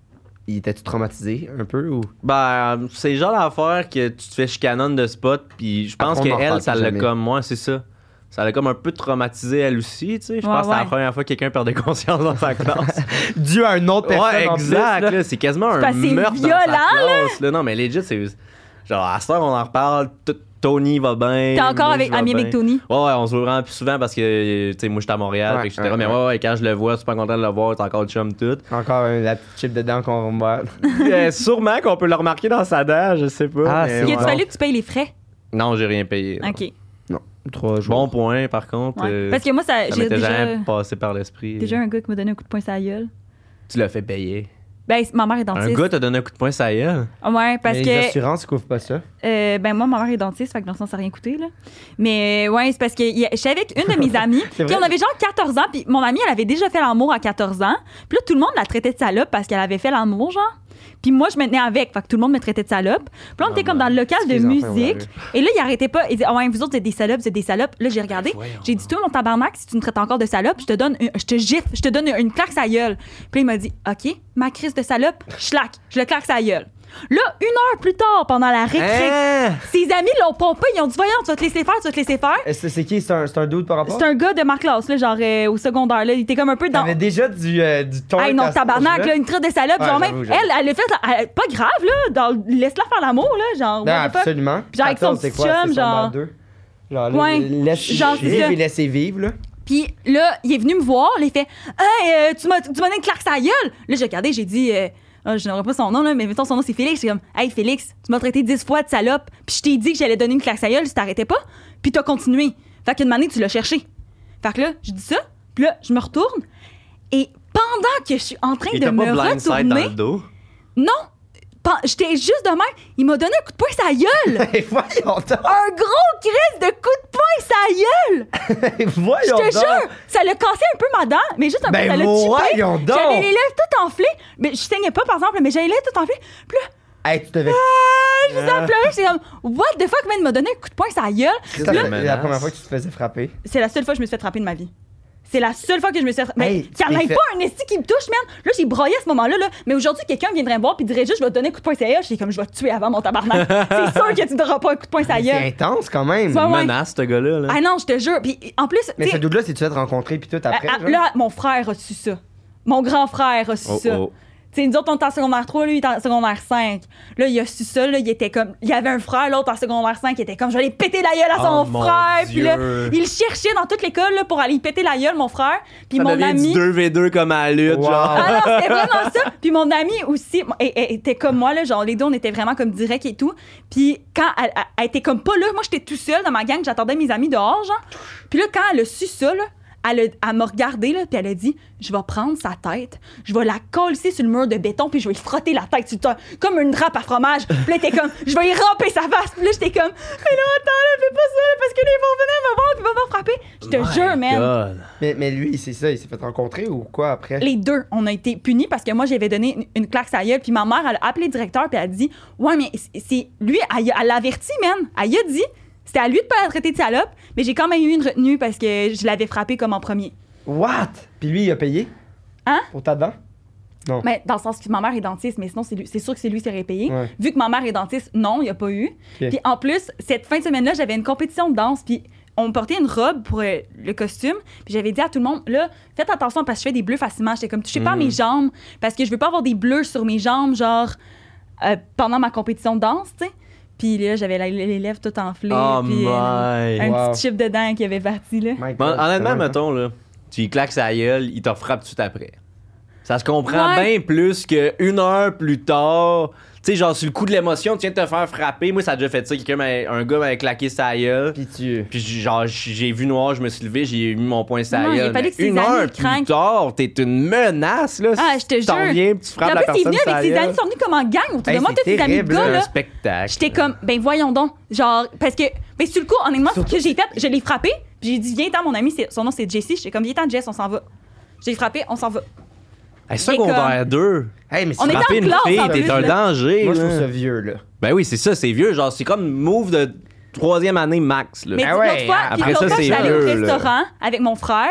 il était-tu traumatisé un peu ou. Ben, c'est le genre d'affaire que tu te fais chicanonne de spot, puis je pense Après, on en qu'elle, reparle ça plus l'a jamais. comme moi, c'est ça. Ça l'a comme un peu traumatisé elle aussi, tu sais. Je Ouais, pense que c'est ouais. la première fois que quelqu'un perdait conscience dans sa classe. Dû à une autre personne. Ouais, en plus, exact, là. là, c'est quasiment un parce que c'est meurtre dans violent, sa classe. Là. Non, mais legit, c'est... Genre, à cette heure, on en reparle, tout- Tony va bien. T'es encore moi, avec, je vais ami bien. avec Tony? Ouais, ouais, on se voit vraiment plus souvent parce que, tu sais, moi, j'étais à Montréal, Ouais, fait que et cetera. ouais, mais ouais. ouais, ouais, quand je le vois, je suis pas content de le voir, c'est encore chum tout. Encore euh, la petite chip dedans qu'on va boire. Euh, sûrement qu'on peut le remarquer dans sa dent, je sais pas. Ah, mais c'est Il ouais. a-tu fallu que tu payes les frais? Non, j'ai rien payé. non. OK. Trois jours. Bon point, par contre. Ouais. euh, Parce que moi, ça, ça j'ai m'était déjà, jamais passé par l'esprit. déjà un gars qui m'a donné un coup de poing sur la gueule. Tu l'as fait payer. Ben, ma mère est Un dentiste. gars t'a donné un coup de poing, ça y est. Ouais, parce Mais que. les assurances couvrent pas ça. Euh, ben moi, ma mère est dentiste, fait que dans le sens, ça n'a rien coûté, là. Mais ouais, c'est parce que y a- j'étais avec une de mes amies, C'est puis vrai? on avait genre quatorze ans, puis mon amie, elle avait déjà fait l'amour à quatorze ans. Puis là, tout le monde la traitait de salope parce qu'elle avait fait l'amour, genre. Puis moi, je me tenais avec, fait que tout le monde me traitait de salope. Puis là, on était comme dans le local de Les enfants ont la musique, rue. et là, il arrêtait pas. Il disait, ah ouais, vous autres, vous êtes des salopes, vous êtes des salopes. Là, j'ai regardé, j'ai dit, toi, mon tabarnak, si tu me traites encore de salope, je te donne, une- je te gifle, je te donne une claque sa gueule. Puis là, il m'a dit, OK, ma crise de salope, schlac, je le claque sa gueule. Là, une heure plus tard, pendant la récré, Hein? ses amis l'ont pompé, ils ont dit, voyons, tu vas te laisser faire, tu vas te laisser faire. Est-ce que c'est qui? C'est un, c'est un dude par rapport? C'est un gars de ma classe, là, genre euh, au secondaire, là. Il était comme un peu dans. T'avais déjà du, euh, du ton. Hey, non, tabarnak, là, une traite de salope. Ouais, genre, j'avoue, même, j'avoue. elle, elle l'a fait, elle- pas grave, là. Dans, laisse-la faire l'amour, là. Genre, Non, what the fuck. absolument. Genre, avec son quatorze, c'est petit quoi? chum, C'est genre. secondaire deux. Genre, là, Ouais, laisse genre, c'est vivre ça. et laisser vivre, là. Puis là, il est venu me voir, là, il fait Hey, euh, tu m'as tu m'as donné une claque sa gueule. Là, j'ai regardé, j'ai dit euh, ah, je n'aurais pas son nom, là, mais mettons son nom, c'est Félix. J'ai comme Hey, Félix, tu m'as traité dix fois de salope, puis je t'ai dit que j'allais donner une claque sa gueule si t'arrêtais pas, puis t'as continué. Fait qu'une année, tu l'as cherché. Fait que là, je dis ça, puis là, je me retourne, et pendant que je suis en train Il de t'a me pas blindside dans retourner, le dos. non, pen- j'étais juste de même, il m'a donné un coup de poing sa gueule. Et voyons donc! Un gros crise de coup de poing sa gueule. Et voyons Je te donc! jure, ça l'a cassé un peu ma dent, mais juste un peu, Ben ça l'a chippé. voyons donc! J'avais les lèvres toutes enflées, mais je saignais pas par exemple, mais j'avais les lèvres toutes enflées. Puis là, Hey, tu devais. ah, je me suis en pleurer, j'étais comme what the fuck, man, il m'a donné un coup de poing sa gueule. C'est Là- la, menace. la première fois que tu te faisais frapper. C'est la seule fois que je me suis fait frapper de ma vie. C'est la seule fois que je me suis fait frapper. Mais Hey, qu'il n'y en tu ait t'es pas un esti qui me touche, man. Là, j'ai broyé à ce moment-là, là. Mais aujourd'hui, quelqu'un viendrait me voir puis dirait juste, je vais te donner un coup de poing sa gueule. J'étais comme, je vais te tuer avant mon tabarnak. C'est sûr que tu ne donneras pas un coup de poing sa C'est gueule. intense quand même. Ouais, ouais. Menace, ce gars-là. Là. Ah non, je te jure. Puis en plus, Mais tu ce sais, dude-là, c'est-tu fait rencontrer puis tout après? ah, ah, genre? là, mon frère a su ça. Mon grand frère a su Oh, ça. oh. Tu sais, nous autres, on était en secondaire trois, lui, il était en secondaire cinq. Là, il a su ça, là, il était comme... Il y avait un frère, l'autre en secondaire cinq, qui était comme, je vais aller péter la gueule à son Oh, mon frère. Puis là, Dieu. il cherchait dans toute l'école, là, pour aller y péter la gueule, mon frère. Puis Ça mon devient ami... du deux v deux comme à la lutte, Wow. genre. Ah non, c'était vraiment ça. Puis mon amie aussi, elle, elle était comme moi, là, genre les deux, on était vraiment comme direct et tout. Puis quand elle, elle, elle était comme pas là, moi j'étais tout seul dans ma gang, j'attendais mes amis dehors, genre. Puis là, quand elle a su ça, là, elle, a- elle m'a regardé, là, puis elle a dit, je vais prendre sa tête, je vais la coller sur le mur de béton, puis je vais lui frotter la tête sur le toit, comme une râpe à fromage. Puis là, elle était comme, je vais y ramper sa face. Puis là, j'étais comme, mais non, attends, là, fais pas ça, là, parce que là, ils vont venir me voir, puis ils vont me frapper. Je te My jure, man. God. Mais, mais lui, c'est ça, il s'est fait rencontrer ou quoi après? Les deux, on a été punis parce que moi, j'avais donné une, une claque à gueule. Puis ma mère, elle a appelé le directeur, puis elle a dit ouais, mais c'est- c'est. Lui, elle, elle l'a averti, man. Elle y a dit. C'était à lui de pas la traiter de salope, mais j'ai quand même eu une retenue parce que je l'avais frappé comme en premier. What? Puis lui, il a payé? Hein? Pour ta dent? Non. Mais dans le sens que ma mère est dentiste, mais sinon, c'est, lui- c'est sûr que c'est lui qui serait payé. Ouais. Vu que ma mère est dentiste, non, il n'y a pas eu. Ok. Puis en plus, cette fin de semaine-là, j'avais une compétition de danse, puis on me portait une robe pour euh, le costume, puis j'avais dit à tout le monde, là, faites attention parce que je fais des bleus facilement. J'étais comme, touchez pas à mes jambes, parce que je veux pas avoir des bleus sur mes jambes, genre, euh, pendant ma compétition de danse, tu sais. Puis là, j'avais la- les lèvres toutes enflées, Oh puis euh, my. un Wow. petit chip dedans qui avait parti, là. My Bon, God, honnêtement, c'est mettons, là, tu y claques sa gueule, il te frappe tout de suite après. Ça se comprend Ouais. bien plus qu'une heure plus tard. Tu sais, genre, sur le coup de l'émotion, tu viens de te faire frapper. Moi, ça a déjà fait ça. Quelqu'un m'a- un gars m'avait claqué sa gueule. Puis tu. Puis genre, j'ai vu noir, je me suis levé, j'ai mis mon poing sur la Non, il a gueule. fallu Mais que ses une amis heure le plus craquent. tard, t'es une menace, là. Ah, je te Tu t'en jure. reviens, puis tu Puis frappes en la plus, il est personne venu sur la avec ses amis, gueule. ils sont venus comme en gang autour Hey, de moi, c'est tous ses amis de terrible, gars, C'est là. un spectacle. J'étais comme, ben voyons donc. Genre, parce que, mais sur le coup, honnêtement, ce que j'ai fait, je l'ai frappé, puis j'ai dit, viens-t'en, mon ami, c'est- son nom c'est Jessie. J'étais comme, viens-t'en, Jess, on s'en va. J'ai frappé, on s'en va. Hey, secondaire deux. Hey, mais On c'est était Frapper en une classe, fille, en t'es plus, un là. danger. Moi, je là. trouve ça vieux, là. Ben oui, c'est ça, c'est vieux. Genre, c'est comme move de troisième année max. Là. Mais Ah l'autre ouais, fois, après puis l'autre ça, fois, c'est j'étais allée au vieux, là. restaurant avec mon frère,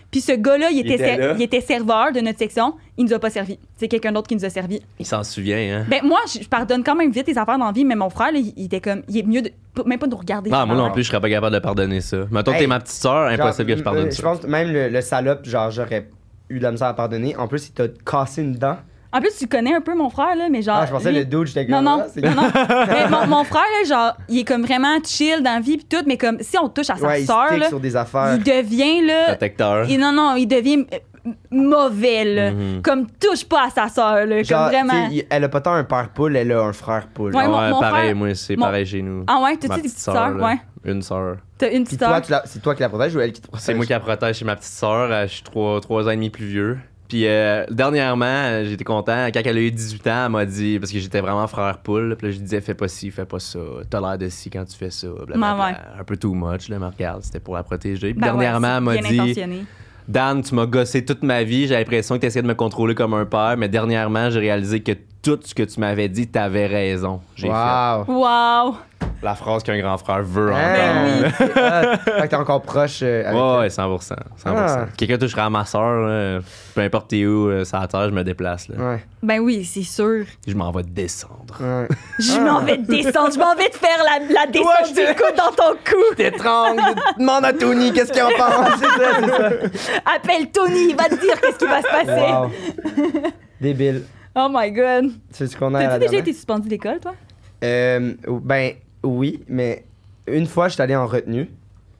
Puis ce gars-là, il, Il était, était ser- là. il était serveur de notre section. Il nous a pas servi. C'est quelqu'un d'autre qui nous a servi. Il s'en souvient, hein. Ben moi, je je pardonne quand même vite les affaires dans la vie, mais mon frère, là, il il était comme, il est mieux de, p- même pas de nous regarder. Non, moi non Ah. plus, je serais pas capable de pardonner ça. Mettons que Hey. t'es ma petite sœur, impossible Genre, que je pardonne euh, ça. Je pense que même le, le salope, genre, j'aurais eu de la misère à pardonner. En plus, il t'a cassé une dent. En plus, tu connais un peu mon frère, là, mais genre. Ah, je pensais lui- le dude, j'étais Non, comme. non, ah, c'est- non, non. Mais mon, mon frère, là, genre, il est comme vraiment chill dans la vie, pis tout, mais comme si on touche à sa Ouais, il sœur, stick là, sur des affaires. il devient, là. Protecteur. Et non, non, il devient euh, m- mauvais, là. Mhm. Comme touche pas à sa sœur, là. Genre, comme vraiment. tu sais, il- elle a pas tant un père poule, elle a un frère poule. Ouais, Ouais, mon- mon pareil, frère- moi, c'est mon- pareil chez nous. Ah ouais, t'as-tu Ma des petite petites sœurs? là. Ouais. Une sœur. T'as une Puis petite toi, sœur. tu la- c'est toi qui la protège ou elle qui te protège? C'est moi qui la protège chez ma petite sœur. euh, Je suis trois, trois ans et demi plus vieux. Puis euh, dernièrement, euh, j'étais content. Quand elle a eu dix-huit ans, elle m'a dit, parce que j'étais vraiment frère poule, puis là, je disais, fais pas ci, fais pas ça. T'as l'air de ci quand tu fais ça. Blablabla. Ouais, ouais. Un peu too much, là, mais regarde, c'était pour la protéger. Puis Ben ouais, dernièrement, c'est elle m'a bien dit, intentionné. Dan, tu m'as gossé toute ma vie. J'ai l'impression que tu essayais de me contrôler comme un père, mais dernièrement, j'ai réalisé que tout ce que tu m'avais dit, t'avais raison. J'ai Wow. Wow! fait la phrase qu'un grand frère veut Hein, entendre. c'est hot. Fait que t'es encore proche euh, avec Ouais, elle. ouais, cent pour cent. cent pour cent. Ah. Quelqu'un touchera à ma soeur, peu importe t'es où, euh, sur la terre, je me déplace. Là. Ouais. Ben oui, c'est sûr. Je m'en vais descendre. Ouais. Je Ah. m'en vais te descendre. Je m'en vais te faire la, la descente je du te- coude dans ton cou. T'étrangle, demande à Tony qu'est-ce qu'il en pense. C'est ça, c'est ça. Appelle Tony, il va te dire qu'est-ce qui va se passer. Wow. Débile. Oh my god. Tu sais qu'on a à T'as-tu la déjà dernière? été suspendu d'école, toi? Euh, ben, oui, mais une fois, je suis allé en retenue.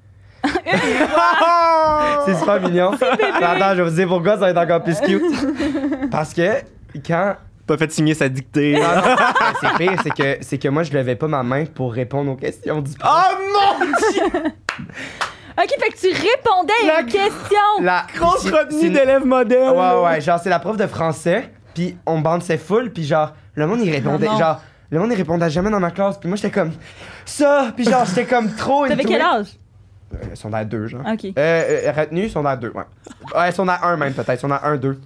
C'est super mignon. Attends, je vais vous dire pourquoi ça va être encore plus cute. Parce que quand. Pas fait signer sa dictée. Non, non, c'est pire, c'est que, c'est que moi, je levais pas ma main pour répondre aux questions du prof. Oh mon dieu! Ok, fait que tu répondais à La une question. La Grosse c'est- retenue c'est une- d'élève modèle. Ouais, ouais, genre, c'est la prof de français, puis on bandait full, puis genre, le monde, il répondait. Non, non. Genre, le monde, il répondait jamais dans ma classe, puis moi, j'étais comme. Ça! Puis genre, j'étais comme trop. T'avais into quel it. âge? Euh, Ils sont dans deux, genre. Ok. Euh, euh, retenu, ils sont dans deux, ouais. Ouais, ils sont dans un même, peut-être. Ils sont dans un, deux.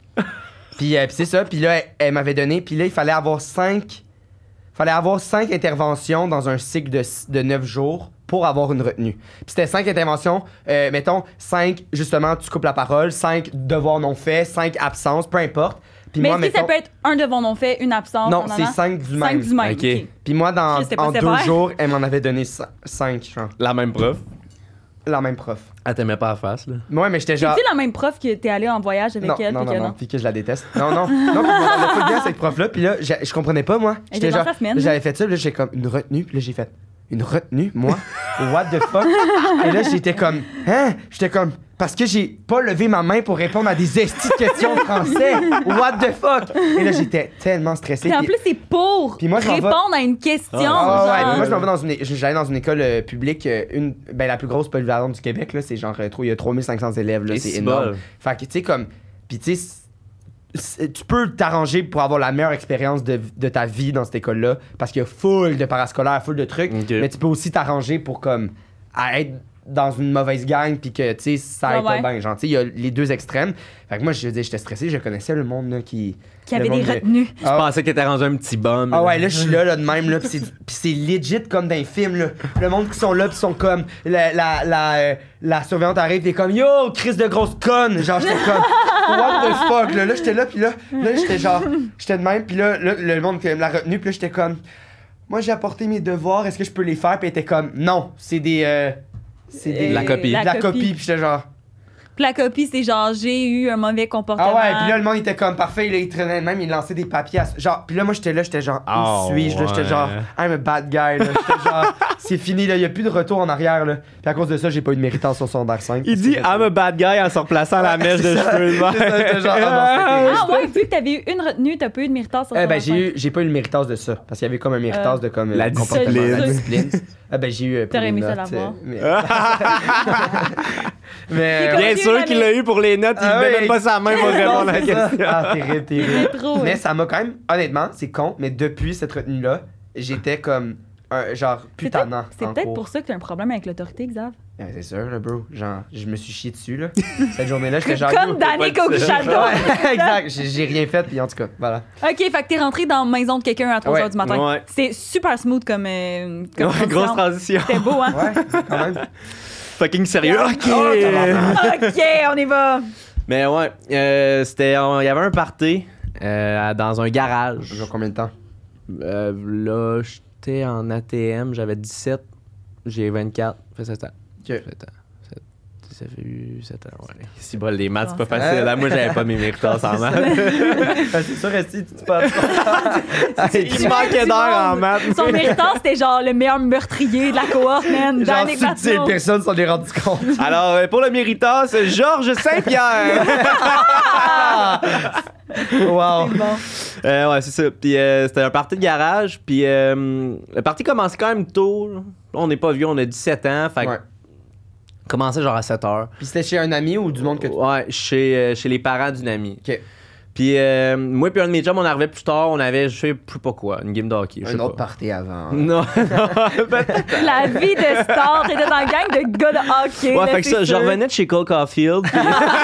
Puis, euh, puis c'est ça. Puis là, elle, elle m'avait donné. Puis là, il fallait avoir cinq. fallait avoir cinq interventions dans un cycle de, de neuf jours pour avoir une retenue. Puis c'était cinq interventions. Euh, mettons, cinq, justement, tu coupes la parole. Cinq devoirs non faits. Cinq absences, peu importe. Puis Mais moi, est-ce que mettons. ça peut être un devoir non fait, une absence? Non, nanana? c'est cinq du Cinq même. du même. Ok. ok. Puis moi, dans, Christ, c'était pas en deux sévère. jours, elle m'en avait donné cin- cinq, genre. La même prof. La même prof. Elle t'aimait pas la face, là. Ouais, mais j'étais genre. C'est-tu la même prof que t'es allé en voyage avec Non, elle? non, puis non, que non, puis que je la déteste. Non, non, non, puis je m'entendais pas bien cette prof-là, puis là, je, je comprenais pas, moi. Elle était dans sa semaine. J'avais fait ça, puis là, j'ai comme une retenue, puis là, j'ai fait une retenue, moi? What the fuck? Et là, j'étais comme, hein? J'étais comme, parce que j'ai pas levé ma main pour répondre à des estis de questions de français. What the fuck? Et là, j'étais tellement stressé. Puis en puis- plus, c'est pour Puis moi, je m'en vais- répondre à une question. Ah ouais, genre. puis moi je m'en vais dans une é- j'allais dans une école euh, publique euh, une ben la plus grosse polyvalente du Québec là, c'est genre euh, trop il y a trois mille cinq cents élèves là, Et c'est c'est énorme. bol. Fait que tu sais comme puis tu sais c- c- tu peux t'arranger pour avoir la meilleure expérience de, de ta vie dans cette école là parce qu'il y a full de parascolaires, full de trucs, Ok. mais tu peux aussi t'arranger pour comme à être dans une mauvaise gang puis que tu sais ça aille Ouais, ouais. pas bien genre tu sais il y a les deux extrêmes. Fait que moi je veux dire j'étais stressé, je connaissais le monde là qui Qui le avait des monde de- retenues. Je pensais que t'étais rendu un petit bum. Ah là. ouais, là, je suis là, là, de même, là, pis c'est, pis c'est legit comme dans les films, là. Le monde qui sont là, pis sont comme, la, la, la, euh, la surveillante arrive, pis est comme, yo, Chris de grosse conne! Genre, j'étais comme, what the fuck, là, là, j'étais là, pis là, là, j'étais genre, j'étais de même, pis là, là, le monde qui l'a retenu, pis là, j'étais comme, moi, j'ai apporté mes devoirs, est-ce que je peux les faire? Pis elle était comme, non, c'est des, euh, c'est des... Euh, La copie. la La copie. copie, pis j'étais genre... Puis la copie, c'est genre, j'ai eu un mauvais comportement. Ah ouais, puis là, le monde était comme parfait, là, il traînait de même, il lançait des papiers. À... Genre, puis là, moi, j'étais là, j'étais genre, où Oh, suis-je, là? J'étais ouais. genre, I'm a bad guy, là. J'étais genre, c'est fini, là, il y a plus de retour en arrière, là. Puis à cause de ça, j'ai pas eu de méritance sur son secondaire cinq. Il dit I'm a bad guy en se replaçant la mèche de c'est ça. cheveux. C'est ça, j'étais genre, ah non, Ah ouais, vu que t'avais eu une retenue, t'as pas eu de méritage sur Eh ton ben, j'ai enfant. eu, j'ai pas eu le méritage de ça. Parce qu'il y avait comme un méritage Euh, de comme. la euh, comportement, discipline. La discipline. Ah ben, j'ai eu. euh, pour T'aurais les aimé ça notes, l'avoir. euh, Mais. mais C'est euh, comme- Bien sûr qu'il l'a eu pour les notes, il Ah met oui. même pas sa main pour répondre à la c'est ça. question. Ah, terrible, terrible. C'est trop, Mais ouais. ça m'a quand même, honnêtement, c'est con, mais depuis cette retenue-là, j'étais comme un genre C'est putanant. peut-être- C'est en peut-être cours. pour ça que t'as un problème avec l'autorité, Xav. Ouais, c'est sûr, là, bro. Genre, je me suis chié dessus, là. Cette journée-là, j'étais genre. Comme yo. Danny pas le seul. Coguchado. Ouais, exact. J'ai j'ai rien fait, puis en tout cas, voilà. Ok, fait que t'es rentré dans la maison de quelqu'un à trois heures Ouais. du matin. Ouais. C'est super smooth comme. euh, comme Ouais, grosse transition. transition. C'était beau, hein? Ouais, quand même. fucking sérieux. OK! OK, on y va. Mais ouais, euh, c'était... Il y avait un party euh, dans un garage. Genre combien de temps? Euh, là, j'étais en A T M, j'avais dix-sept, j'ai vingt-quatre, fait sept ans. Ok. sept ans. sept, ça fait eu sept ans, ouais. Si bol, les maths, c'est pas facile. Là, moi, j'avais pas mes méritas en maths. C'est sûr, Esti, tu te passes. Il manquait d'heures en maths. Son méritant, c'était genre le meilleur meurtrier de la cohorte, man. Genre, Danick subtil, Batman. personne s'en est rendu compte. Alors, euh, pour le méritas, c'est Georges Saint-Pierre. Wow. C'est bon. Euh, ouais, c'est ça. Puis euh, c'était un party de garage. Puis euh, le party commençait quand même tôt. Là, on n'est pas vieux, on a dix-sept ans. Fait que Ouais. commençait genre à sept heures. Puis c'était chez un ami ou du monde que tu. Ouais, chez, euh, chez les parents d'une amie. Ok. Puis euh, moi puis un de mes chums, on arrivait plus tard. On avait, je sais plus pas quoi, une game de hockey. je sais Un autre pas. party avant. Non, non, peut-être. La vie de star, t'étais dans la gang de gars de hockey. Ouais, là, fait que c'est ça, je sûr. revenais de chez Cole Caulfield. Puis...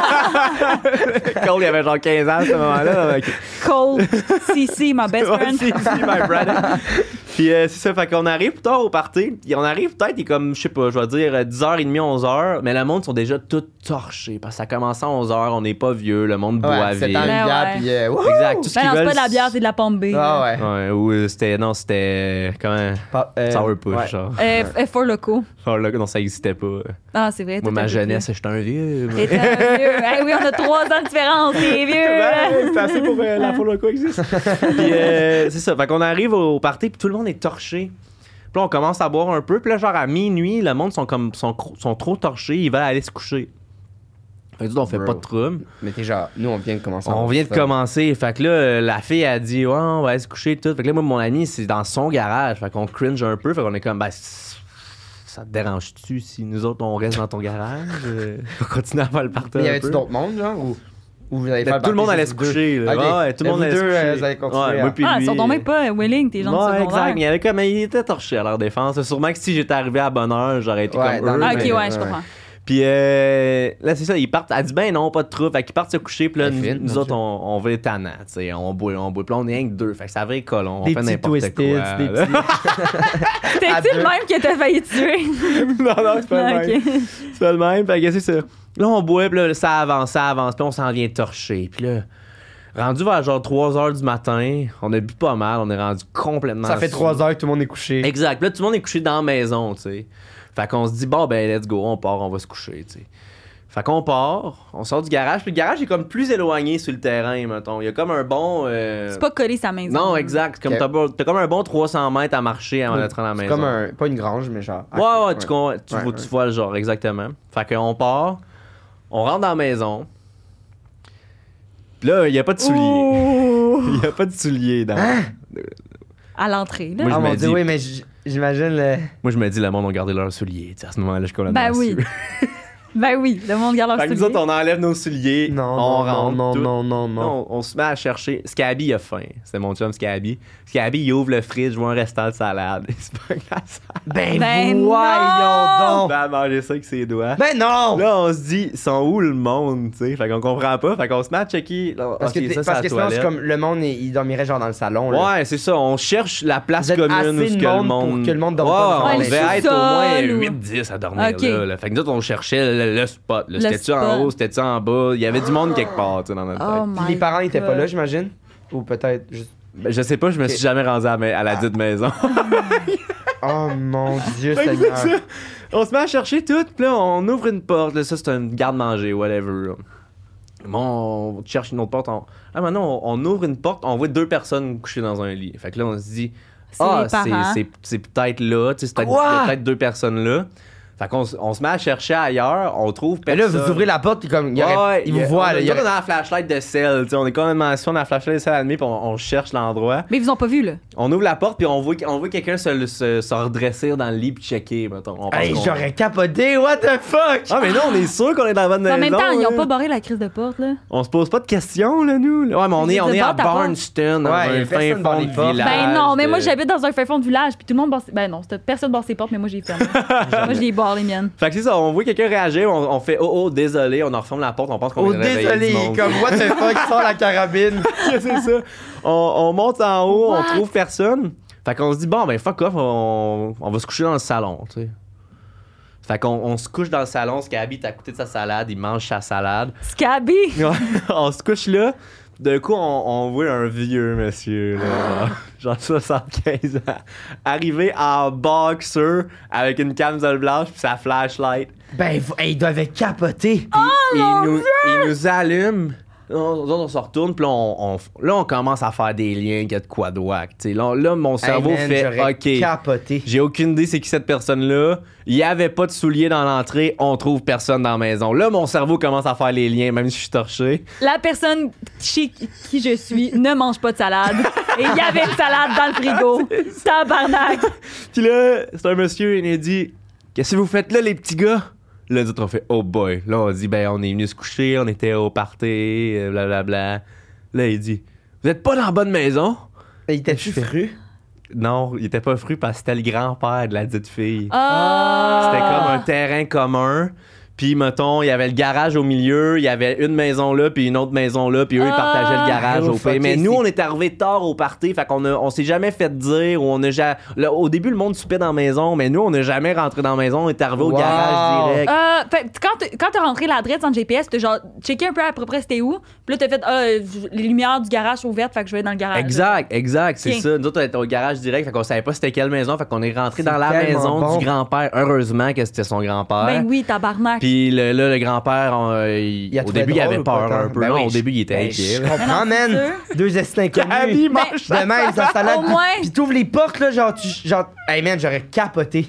Cole, il avait genre quinze ans à ce moment-là. Donc... Cole, C C, my best Ouais, friend. si, si, my brother. Puis euh, c'est ça, fait qu'on arrive plus tard au party. Et on arrive peut-être, il est comme, je sais pas, je vais dire dix heures trente, onze heures. Mais le monde sont déjà tous torchés. Parce que ça commence à onze heures, on n'est pas vieux, le monde boit à Ouais, c'est vite. ans de Ben bière, ouais. puis. euh, wouhou! Exact, tout ce Ben qu'ils non, c'est veulent. pas de la bière, c'est de la pomme B. Ah ouais. Ouais, ou euh, c'était, non, c'était, comment, Pa- euh, Sourpuss, ouais. genre. Euh, F four Loco. Genre là, non, ça existait pas. Ah, c'est vrai. Moi, t'étais ma plus jeunesse, vieux. j'étais un vieux. moi. T'étais un vieux. Hey, oui, on a trois ans de différence, t'es vieux. Ben, c'est assez pour euh, la Four Loco existe. Puis euh, c'est ça, fait qu'on arrive au party puis tout le monde est torché. Puis là, on commence à boire un peu. Puis là, genre à minuit, le monde sont comme sont, cro- sont trop torchés, ils veulent aller se coucher. Fait que nous, on fait Bro. pas de trouble. Mais t'es genre, nous, on vient de commencer. On vient de commencer. Fait que là, euh, la fille a dit, ouais, on va aller se coucher et tout. Fait que là, moi, mon ami, c'est dans son garage. Fait qu'on cringe un peu. Fait qu'on est comme, ben, c- ça te dérange-tu si nous autres, on reste dans ton garage? Euh, on continue à faire le party. Mais y un avait-tu peu. d'autres mondes, genre? Ou, ou vous allez Ben, faire tout le monde party allait juste se vous coucher. deux? Là. Ok. Ouais, tout le Mais monde vous allait se deux, coucher. euh, vous allez continuer Ouais, à- moi puis Ah, lui. ils sont tombés pas willing, tes gens de Ouais, secondaire. exact. Mais il y avait comme, il était torché à leur défense. Sûrement que si j'étais arrivé à bonne heure, j'aurais été Ouais, comme dans eux. le- Ah, ok, mais- ouais, je ouais. comprends. Puis euh, là, c'est ça, ils partent. Elle dit, ben non, pas de trouble. Fait qu'ils partent se coucher. Puis là, Elle nous, fine, nous mon autres, Dieu. on, on va être tannants. Tu sais, on boit, on boit. Puis là, on est rien que deux. Fait que ça va être colon. On Des fait petits n'importe twisted, quoi. des là. petits. T'es-tu À le deux. même que t'as failli tuer? non, non, c'est pas Ah, le même. ok. C'est pas le même. Fait que c'est ça. Là, on boit. Puis là, ça avance, ça avance. Puis on s'en vient torcher. Puis là, rendu vers genre trois heures du matin, on a bu pas mal. On est rendu complètement. Ça fait sous. trois heures que tout le monde est couché. Exact. Puis là, tout le monde est couché dans la maison, tu sais. Fait qu'on se dit, bon, ben, let's go, on part, on va se coucher, tu sais. Fait qu'on part, on sort du garage, puis le garage est comme plus éloigné sur le terrain, mettons. Il y a comme un bon. euh, C'est pas collé sa maison. Non, exact. Comme Ok. t'as, pas- t'as comme un bon trois cents mètres à marcher avant Oui. d'être à la C'est maison. comme un. Pas une grange, mais genre. Ouais, ouais, tu, con- tu, Ouais, vois, ouais. tu vois le genre, exactement. Fait qu'on part, on rentre dans la maison. Puis là, il n'y a pas de souliers. Ouh. Il n'y a pas de souliers dans. À l'entrée, là. Moi, je Ah me mon dieu, dis- oui, mais j- j'imagine le. Moi, je me dis, le monde a gardé leurs souliers. Tu sais, à ce moment-là, je suis complètement Ben oui. sûr. Ben oui, le monde garde leur Fait que nous autres, on enlève nos souliers, Non, on non, non, rentre non, tout. non, non, non. Non, on, on se met à chercher. Scabby a faim. C'est mon chum Scabby. Scabby, il ouvre le fridge, je vois un restant de salade. C'est pas grave. Ben, Ben voyons donc! Il va manger ça avec ses doigts. Ben non! Là, on se dit, ils sont où le monde, tu sais? Fait qu'on comprend pas. Fait qu'on se met à checker. Là, Parce que, ok, t'es- ça, c'est parce la que sinon, c'est toilette. comme le monde, il, il dormirait genre dans le salon. Là. Ouais, c'est ça. On cherche la place Vous êtes commune assez où ce de que le monde monde. pour que le monde dorme ouais, pas dans on le devait sous-sol être au moins ou- huit dix à dormir Ok. là, là. Fait que nous autres, on cherchait le, le spot. Là. Le C'était-tu en spot. haut, c'était-tu en bas? Il y avait du monde quelque part, tu sais, dans notre tête. Oh Puis my les parents étaient pas God. là, j'imagine? Ou peut-être juste. Ben, je sais pas, je me suis jamais rendu à, ma- à la dite maison. Oh mon dieu, Fait que Seigneur. c'est ça. On se met à chercher tout, puis là, on ouvre une porte. Là, ça, c'est une garde-manger, whatever. là. Bon, on cherche une autre porte. On... Ah, maintenant, on, on ouvre une porte, on voit deux personnes couchées dans un lit. Fait que là, on se dit, C'est ah, les c'est, parents. c'est, c'est peut-être là, tu sais, c'est peut-être, Quoi? il y a peut-être deux personnes là. Fait qu'on s- on se met à chercher ailleurs, on trouve Mais là, personne. vous ouvrez la porte, puis comme. Il, y aurait- Ouais, il y a- vous voit, on, là. il y nous aurait- autres, on a la flashlight de sel, tu sais, on est quand même assis, on a la flashlight de sel à demi, puis on, on cherche l'endroit. Mais ils vous ont pas vu, là. On ouvre la porte, puis on voit, on voit quelqu'un se, se, se redresser dans le lit, puis checker, mettons. On pense Hey, qu'on- j'aurais capoté, what the fuck? Ah, mais non, on est sûr qu'on est dans la bonne Mais maison. en même temps, ils ont là. pas barré la crise de porte, là. On se pose pas de questions, là, nous. là. Ouais, mais on Mais est, on de est à bord, t'as pas- Barnston, dans Ouais, un y a fin personne dans fond les de portes. village. Ben non, mais moi, de- j'habite dans un fin fond de village, puis tout le monde barre ses... Ben non, c'était personne barre ses portes, mais moi, j'ai fermé. moi, j'ai barre les miennes. Fait que c'est ça, on voit quelqu'un réagir, on, on fait « Oh, oh, désolé », on en referme la porte, on pense qu'on Oh, vient de réveiller désolé, du monde. comme what the fuck, sort la carabine. c'est ça. On, on monte en haut, What? on trouve personne. Fait qu'on se dit « Bon, ben fuck off, on, on va se coucher dans le salon, tu sais. » Fait qu'on on se couche dans le salon, Scabby est à côté de sa salade, il mange sa salade. Scabby! On se couche là. D'un coup, on, on voit un vieux monsieur, là, genre soixante-quinze ans, arriver en boxer avec une camisole blanche puis sa flashlight. Ben, hey, ils doivent capoter. Oh il, mon nous, Dieu! il nous allume. On, on, on se retourne, puis là on, on, là, on commence à faire des liens qu'il y a de quoi de whack. Là, là, mon cerveau Hey, man, fait j'aurais OK. capoté. J'ai aucune idée c'est qui cette personne-là. Il n'y avait pas de souliers dans l'entrée, on trouve personne dans la maison. Là, mon cerveau commence à faire les liens, même si je suis torché. La personne chez qui je suis ne mange pas de salade. Et il y avait une salade dans le frigo. Tabarnak! Puis là, c'est un monsieur, il nous dit qu'est-ce que vous faites là, les petits gars? Là, nous autres, on fait oh boy. Là, on dit ben, on est venu se coucher, on était au party, blablabla. Là, il dit vous êtes pas dans la bonne maison? Il était-tu fru? Non, il était pas fru parce que c'était le grand-père de la dite fille. Ah! C'était comme un terrain commun. Puis, mettons, il y avait le garage au milieu, il y avait une maison là, puis une autre maison là, puis eux, ils partageaient le garage Ah, au fucké, pays. Mais nous, c'est- on est arrivés tard au party, fait qu'on a, on s'est jamais fait dire, ou on a ja- là, au début, le monde soupait dans la maison, mais nous, on n'a jamais rentré dans la maison, on est arrivé au Wow. garage direct. Euh, fait, quand t'as- quand t'as rentré l'adresse dans le G P S, t'as genre checké un peu à peu près c'était où. Puis là, t'as fait ah, les lumières du garage sont ouvertes, fait que je vais dans le garage. Exact, exact, c'est Ok. ça. Nous autres, on était au garage direct, fait qu'on savait pas c'était quelle maison, fait qu'on est rentré C'est dans la tellement maison bon. du grand-père. Heureusement que c'était son grand-père. Ben oui, tabarnak. Puis le- là, le grand-père, on, euh, il- Il a au trouvé début, il drôle avait ou pas peur tant? un peu. Ben non, oui, au je- début, il était Ben, inquiet. je là. comprends, Mais non, man. c'est Deux estimes Gabi inconnus. mange De même, sa salade. Au puis- moins. Puis t'ouvres les portes, là, genre, tu. Genre, hey, man, j'aurais capoté.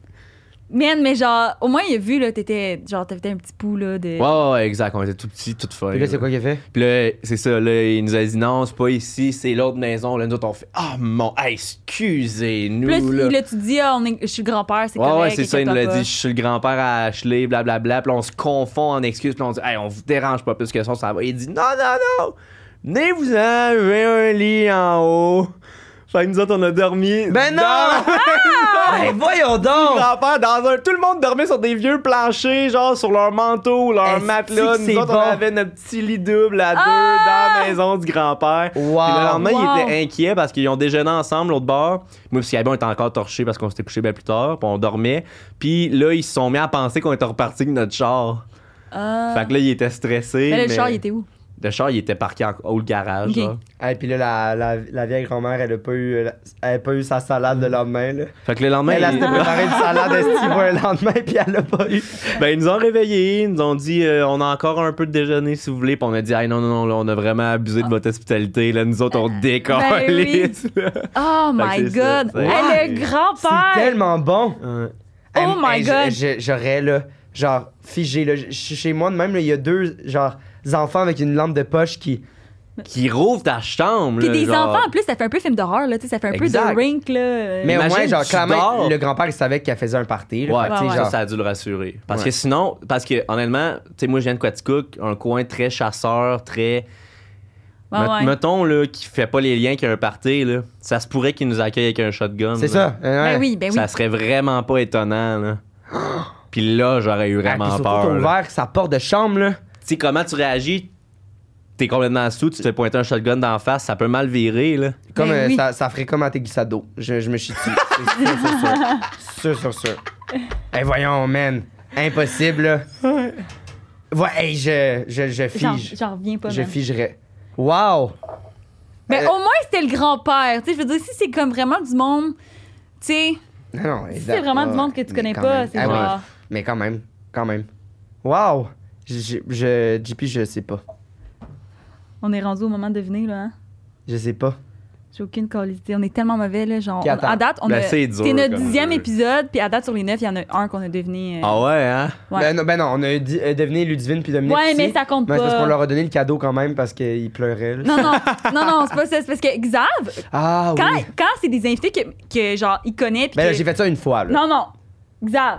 Man, mais genre, au moins, il a vu, là, t'étais, genre, t'avais un petit pouls, là, de... Ouais, ouais, ouais, exact. On était tout petits, tout fun. Puis là, c'est quoi qu'il a fait? Puis là, c'est ça. Là, il nous a dit non, c'est pas ici, c'est l'autre maison. Là, nous autres, on fait ah, mon, hey, excusez-nous. Plus, là. il a-tu dit, ah, on est, je suis le grand-père, c'est Ouais, correct. ouais, c'est ça, il nous l'a inquiète-toi dit. Je suis le grand-père à Ashley, blablabla. Puis là, on se confond en excuses. Puis là, on dit, hey, on vous dérange pas plus que ça, ça va. Il dit, non, non, non, venez-vous-en, j'ai un lit en haut. Fait que nous autres, on a dormi. Ben non! dans- Ben voyons Le donc! grand-père dans un. Tout le monde dormait sur des vieux planchers, genre sur leur manteau ou leur Est-ce matelas. que Nous c'est autres, bon? on avait notre petit lit double à deux Ah! dans la maison du grand-père. Wow. Puis le lendemain, Wow. ils étaient inquiets parce qu'ils ont déjeuné ensemble l'autre bord. Moi, puis Gabon était encore torché parce qu'on s'était couché bien plus tard. Puis on dormait. Puis là, ils se sont mis à penser qu'on était reparti avec notre char. Ah. Fait que là, ils étaient stressés. Mais là, le mais char, il était où? Le char, il était parqué en haut le garage. Ok. Genre. Et puis là, la, la, la vieille grand-mère, elle a pas eu, elle a pas eu sa salade le lendemain, là. Fait que le lendemain, Elle a ils- s'était préparé une salade estive pour le lendemain, puis elle l'a pas eu. ben, ils nous ont réveillés, ils nous ont dit euh, on a encore un peu de déjeuner si vous voulez. Puis on a dit hey, non, non, non, là, on a vraiment abusé de votre hospitalité. Là, nous autres, on décolle. Ben oui. Oh Fait my que c'est ça, god! c'est- Hey, le grand-père! C'est tellement bon. Hey, Oh my hey, God. je- je- J'aurais, là, genre, figé, là. Je suis chez moi de même, là, il y a deux, genre, enfants avec une lampe de poche qui. Qui rouvre ta chambre. Puis là, des genre. enfants, en plus, ça fait un peu film d'horreur, là, tu sais, ça fait un Exact. peu de Rink, là. Mais au Imagine, moins, genre, tu clairement, dors. le grand-père, il savait qu'elle faisait un party, là. Ouais, Fait que, tu sais, ouais. ça, genre. ça a dû le rassurer. Parce Ouais. que sinon, parce que honnêtement, tu sais, moi, je viens de Quaticook, un coin très chasseur, très. Ouais, Met- ouais. Mettons, là, qui fait pas les liens qu'il y a un party, là. Ça se pourrait qu'il nous accueille avec un shotgun. C'est là. ça. ouais. Ben oui, ben oui. Ça serait vraiment pas étonnant, là. Puis là, j'aurais eu Ah, puis vraiment surtout, peur. t'as là. ouvert sa porte de chambre, là. Tu sais, comment tu réagis? T'es complètement sous, tu te fais pointer un shotgun d'en face, ça peut mal virer, là. Comme, Ben euh, oui. ça, ça ferait comme à tes glissades d'eau. Je, je me chie dessus. C'est sûr, sûr, sûr. Sûr, sûr, sûr. Eh, voyons, man. Impossible, là. Ouais, hey, je, je, je J'en fige. j'en reviens pas, Je man. figerais. Wow! Mais Euh, au moins, c'était le grand-père. Tu sais, je veux dire, si c'est comme vraiment du monde, tu sais, Non, non, si c'est vraiment du monde que tu connais pas, c'est Ah ouais. genre... Mais quand même, quand même. Wow! Je, je, J P, je sais pas. On est rendu au moment de deviner, là, hein? Je sais pas. J'ai aucune qualité. On est tellement mauvais, là, genre... Puis on- attends. à date, on Ben, a... c'est dur C'était notre comme dixième jeu. épisode, puis à date, sur les neuf, il y en a un qu'on a deviné... euh, Ah ouais, hein? Ouais. Ben, non, ben non, on a dit, euh, deviné Ludivine puis Dominique. Ouais, aussi. mais ça compte Mais c'est parce pas. qu'on leur a donné le cadeau quand même parce qu'ils pleuraient. là. Non, non, non, non, c'est pas ça. C'est parce que Xav, Ah quand, oui. quand c'est des invités que, que genre, il connaît, puis Ben là, que- j'ai fait ça une fois. Là. Non, non. Xav,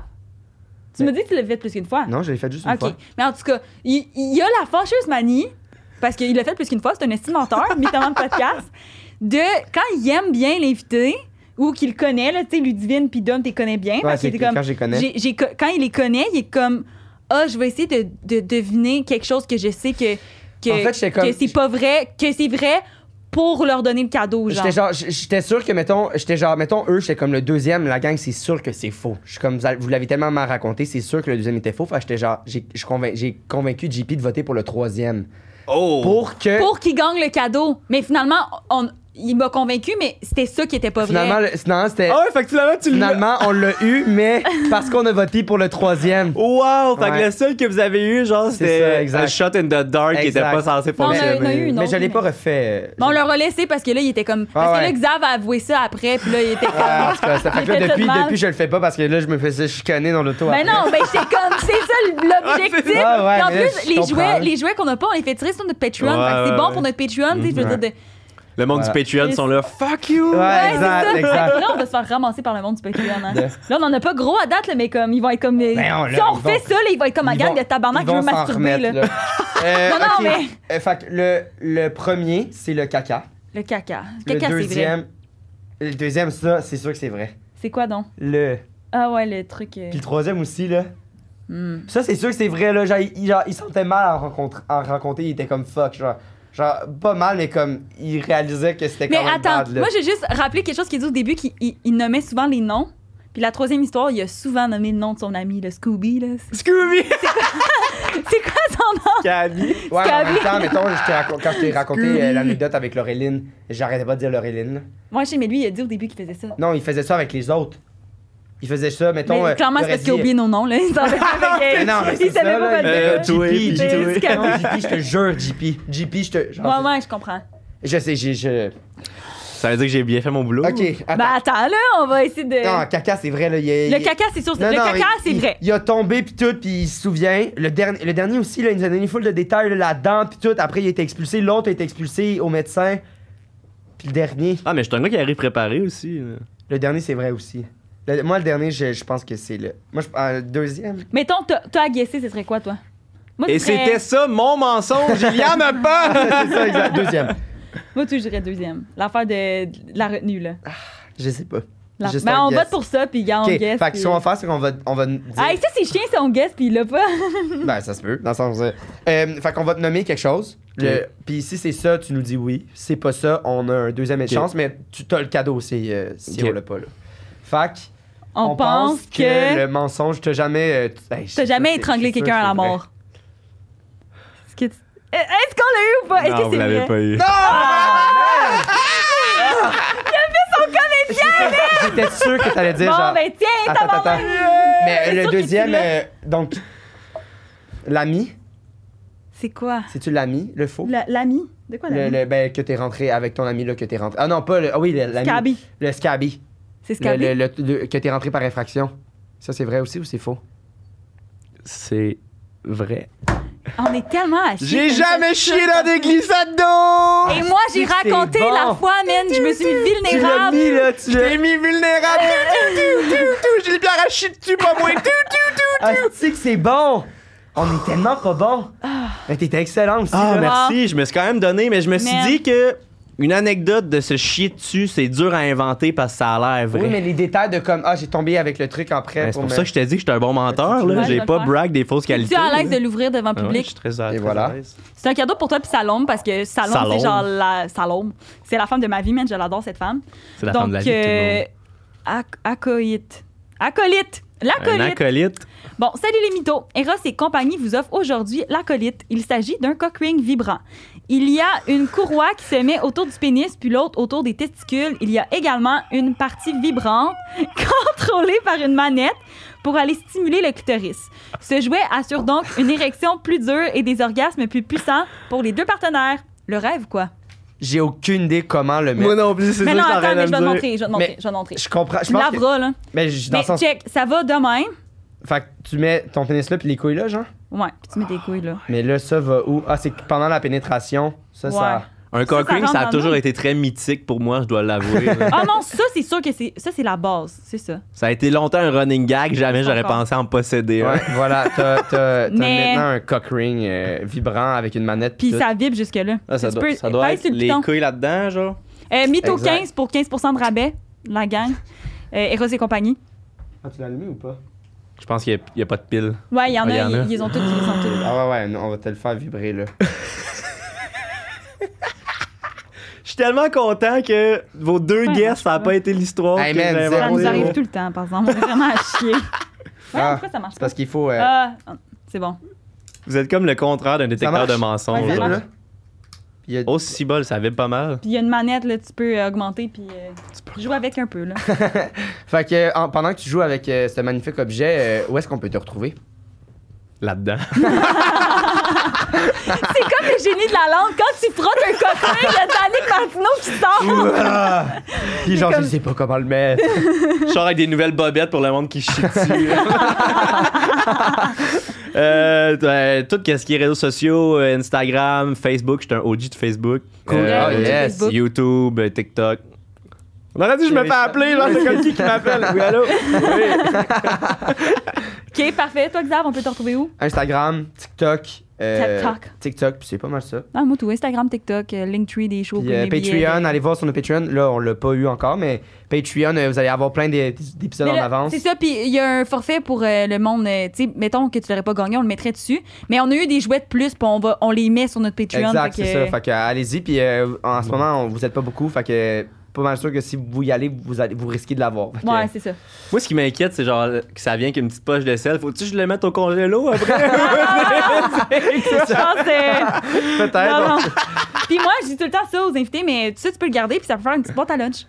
tu Mais- me dis que tu l'as fait plus qu'une fois. Non, je l'ai fait juste une OK. fois. Mais en tout cas, il, il y a la fâcheuse manie, parce qu'il l'a fait plus qu'une fois, c'est un estimateur, notamment de podcast, de quand il aime bien l'invité ou qu'il le connaît, là, tu sais, Ludivine puis Dom, tu les connais bien. Ouais, parce c'est que que t'es comme, quand je les connais. j'ai- j'ai co- quand il les connaît, il est comme, ah, je vais essayer de, de deviner quelque chose que je sais que, que, En fait, j'étais comme- que c'est pas vrai, que c'est vrai pour leur donner le cadeau, genre. J'étais genre, j'étais sûr que, mettons, j'étais genre, mettons, eux, j'étais comme le deuxième, la gang, c'est sûr que c'est faux. Je suis comme, vous, vous l'avez tellement mal raconté, c'est sûr que le deuxième était faux. Fait que j'étais genre, j'ai j'ai convain- j'ai convaincu J P de voter pour le troisième. Oh! Pour que. Pour qu'ils gagnent le cadeau. Mais finalement, on, il m'a convaincu, mais c'était ça qui était pas Finalement, vrai. le- finalement, c'était. Ah ouais, fait que finalement, tu l'as. Finalement, on l'a eu, mais parce qu'on a voté pour le troisième. Wow! Fait Ouais. que le seul que vous avez eu, genre, C'est c'était ça, exact. un shot in the dark qui était Exact. pas censé Non, on a- fonctionner. on a eu une Mais autre, je l'ai mais- pas refait. Mais on leur a laissé parce que là, il était comme. Parce Ah que là, ouais. Xav a avoué ça après, puis là, il était comme. Ah, en tout cas, ça fait Il que là, fait depuis, tout mal. depuis, je le fais pas parce que là, je me faisais chicaner dans l'auto. Ben après. non, ben j'étais comme, c'est ça l'objectif. Ah ouais, Puis en mais là, plus, je les comprends. jouets, les jouets qu'on a pas, on les fait tirer sur notre Patreon. Ouais, fait que c'est ouais, bon ouais. pour notre Patreon, tu sais, je veux Ouais. dire. De... Le monde Voilà. du Patreon sont là, fuck you! Ouais, Ouais, exact, c'est ça. exact. Fait que là, on va se faire ramasser par le monde du Patreon. Hein. De- Là, on en a pas gros à date, là, mais comme, ils vont être comme. Ben, on si l'a, on ils refait vont- ça, là, ils vont être comme un Ils gang vont- de tabarnak ils qui veut vont s'en masturber, remettre, là. là. Euh, Non, non, ok. mais- Euh, fait que le, le premier, c'est le caca. Le caca. Le Caca, c'est vrai. deuxième, le deuxième, ça, c'est sûr que c'est vrai. C'est quoi donc? Le. Ah ouais, le truc. euh, Puis le troisième aussi, là. hmm. Ça, c'est sûr que c'est vrai, là. Genre, il, genre, il sentait mal à en, rencontre, en rencontrer. Il était comme fuck, genre. Genre, pas mal, mais comme, il réalisait que c'était Mais quand même attends, bad, là. moi, j'ai juste rappelé quelque chose qu'il dit au début, qu'il il- il nommait souvent les noms. Puis la troisième histoire, il a souvent nommé le nom de son ami, le Scooby, là. C'est Scooby! c'est quoi son nom? Gabi! Ouais, mais en Scabby. même temps, mettons, je t'ai raco- quand je t'ai raconté Scooby. euh, l'anecdote avec Laureline, j'arrêtais pas de dire Laureline, là. Moi, je sais, mais lui, il a dit au début qu'il faisait ça. Non, il faisait ça avec les autres. Il faisait ça, mettons. Mais euh, clairement, il c'est aurait parce qu'il a dit- oublié nos noms, là. Il savait pas Mais non, mais il c'est savait ça, pas là, quoi euh, dire. toi, J P, puis J P, toi. C'est non, J P, je te jure, J P. J P, je te. genre, Ouais, ouais, je comprends. Je sais, j'ai. Je... Ça veut dire que j'ai bien fait mon boulot. Ok, attends. Ben attends, là, on va essayer de. Non, caca, c'est vrai, là. Il, il- Le caca, c'est sûr. Non, le non, caca, il- c'est il- vrai. Il a tombé pis tout, pis il se souvient. Le, dernier le dernier aussi, là, il nous a donné une foule de détails là, là-dedans pis tout. Après, il a été expulsé. L'autre a été expulsé au médecin. Puis le dernier. Ah, mais je suis un gars qui arrive préparé aussi. là. Le dernier, c'est vrai aussi. Le- moi, le dernier, je, je pense que c'est le. Moi, je euh, le deuxième. Mettons, t'as t'as à guesser, ce serait quoi, toi? Moi, Et ce serait- c'était ça mon mensonge, il y en a pas! c'est ça, exact. Deuxième. Moi, tu dirais deuxième. L'affaire de, de la retenue, là. Je sais pas. La- Juste Ben, un on guess. vote pour ça, puis gars, on Ok, guess. fait que puis- ce qu'on va faire, c'est qu'on va, on va dire. Hey, ça, c'est chiant, si on guess, puis il l'a pas. Ben, ça se peut, dans le sens. Euh, euh, fait qu'on va te nommer quelque chose. Le- Puis si c'est ça, tu nous dis oui. Si c'est pas ça, on a un deuxième chance, mais tu as le cadeau si, euh, si Ok. on l'a pas, là. Fait que, On, on pense que, le mensonge t'a jamais. euh, tu- hey, je t'as sais jamais pas, c'est- étranglé je suis sûr quelqu'un à que la c'est vrai. mort. Est-ce que tu- Est-ce qu'on l'a eu ou pas? Est-ce Non, que vous c'est l'avez vrai? pas eu. J'étais sûr que t'allais dire Bon, genre. ben tiens, Attends, t'as attends, attends. Mais C'est euh, le sûr qu'il deuxième, est là. euh, donc. L'ami, C'est quoi? c'est-tu l'ami, le faux? La- L'ami? De quoi Le, l'ami? le- ben, que t'es rentré avec ton ami, là, que t'es rentré. Ah non, pas le. Ah oui, le- l'ami. Scabby. Le Scabby. C'est Le- Scabby? le- le- le- que t'es rentré par infraction. Ça, c'est vrai aussi ou c'est faux? C'est vrai. On est tellement à chier. J'ai comme jamais ça. chié dans des glissades d'eau! Et moi, j'ai C'est raconté bon. la fois, man. Je me suis mis Tu l'as vulnérable. mis, là, tu Je l'as t'ai mis vulnérable! Tout, tout, tout, tout, J'ai le bien arraché dessus, pas moins! Tout, tout, tout! Ah, tu sais que c'est bon! On est tellement pas bon! Mais t'étais excellent aussi, Ah, là. merci, je me suis quand même donné, mais je me suis Merde. dit que une anecdote de se chier dessus, c'est dur à inventer parce que ça a l'air vrai. Oui, mais les détails de comme, ah, j'ai tombé avec le truc après. Ben, c'est pour pour me- ça que je t'ai dit que j'étais un bon menteur, Ouais, là. je J'ai vais pas le faire. brag des fausses Tu qualités. es à l'aise là. de l'ouvrir devant Ah ouais, je public. suis très à Et très voilà. à l'aise. C'est un cadeau pour toi puis Salome parce que Salome, Salome. c'est genre la Salome. C'est la femme de ma vie, man. Je l'adore, cette femme. C'est la Donc, femme de la vie de tout le monde. euh, ac- acolyte. Acolyte. Un L'acolyte. acolyte. Bon, salut les mythos. Eros et compagnie vous offrent aujourd'hui l'acolyte. Il s'agit d'un cock ring vibrant. Il y a une courroie qui se met autour du pénis, puis l'autre autour des testicules. Il y a également une partie vibrante contrôlée par une manette pour aller stimuler le clitoris. Ce jouet assure donc une érection plus dure et des orgasmes plus puissants pour les deux partenaires. Le rêve, quoi? J'ai aucune idée comment le mettre. Moi non plus, c'est Mais ça non, que je suis en attends, train mais de je vais te me dire. montrer, je vais te montrer, Mais- je vais te montrer. Je comprends. Je Tu me pense que... laveras, là. Mais je- dans Mais le sens. check, ça va de même. Fait que tu mets ton pénis là puis les couilles là, genre. Ouais, puis tu mets tes couilles, là. Mais là, ça va où? Ah, c'est pendant la pénétration. Ça, Ouais. ça. Un cock ça ring, rentre ça a dans toujours le- été très mythique pour moi, je dois l'avouer. là. Ah non, ça, c'est sûr que c'est ça, c'est la base. C'est ça. Ça a été longtemps un running gag, jamais j'aurais Encore. pensé en posséder un. Ouais, voilà. T'as, t'as, t'as Mais- maintenant un cock ring euh, vibrant avec une manette. Puis tout. ça vibre jusque-là. Ah, ça Tu doit, peux- ça doit pèse être sur le les piton. couilles là-dedans, genre. Euh, Mytho Exact. quinze pour quinze pour cent de rabais, la gang. Euh, Eros et compagnie. Ah, tu l'as allumé ou pas? Je pense qu'il n'y a, a pas de pile. Ouais, il y en Ah, a, il y en ils, a. ils ont tous, ils sont tous. Ah ouais, ouais, non, on va te le faire vibrer, là. Je suis tellement content que vos deux Ouais, guests, ça n'a pas été l'histoire. Hey, que man, j'ai zéro, Ça nous inventée. arrive tout le temps, par exemple. On est vraiment à chier. Ouais, Ah, pourquoi ça marche C'est pas? parce qu'il faut. euh, Ah, c'est bon. Vous êtes comme le contraire d'un détecteur marche. de mensonges. Ouais, vite, ça là. là. Puis il y a- Oh, si bol, ça vibre pas mal. Puis il y a une manette, là, tu peux euh, augmenter, puis euh, jouer avec un peu, là. Fait que en- pendant que tu joues avec euh, ce magnifique objet, euh, où est-ce qu'on peut te retrouver? Là-dedans. C'est comme le génie de la langue. Quand tu frottes un coquin, il y a Danick Martineau qui sort. Ah! Puis genre, comme- je sais pas comment le mettre. Je sors avec des nouvelles bobettes pour le monde qui chie dessus. euh, ouais, tout ce qui est réseaux sociaux, euh, Instagram, Facebook, je suis un O G de Facebook. Cool. Euh, Ah, yes. Facebook. YouTube, euh, TikTok. On aurait dit que je me fais appeler, genre c'est comme qui qui m'appelle. Oui, allô? Oui. OK, parfait. Toi, Xav, on peut te retrouver où? Instagram, TikTok. euh, TikTok. TikTok, puis c'est pas mal ça. Ah, moi, tout. Instagram, TikTok, euh, Linktree, des shows. Puis pour euh, les billets, Patreon, euh. allez voir sur nos Patreon. Là, on l'a pas eu encore, mais Patreon, euh, vous allez avoir plein d'é- d'épisodes Mais en là, avance. C'est ça, puis il y a un forfait pour euh, le monde. euh, tu sais, mettons que tu l'aurais pas gagné, on le mettrait dessus. Mais on a eu des jouets de plus, puis on, va, on les met sur notre Patreon. Exact, fait c'est que- ça. Fait que euh, allez-y, puis euh, en ce moment, on, vous êtes pas beaucoup, fait que pas mal sûr que si vous y allez, vous, allez, vous risquez de l'avoir. Fait que- Ouais, c'est ça. Moi, ce qui m'inquiète, c'est genre que ça vient qu'une petite poche de sel. Faut-tu que je le mette au congélo après? Je pense que. Peut-être. Non, non. Puis moi, je dis tout le temps ça aux invités, mais tu sais, tu peux le garder, puis ça peut faire une petite boîte à lunch.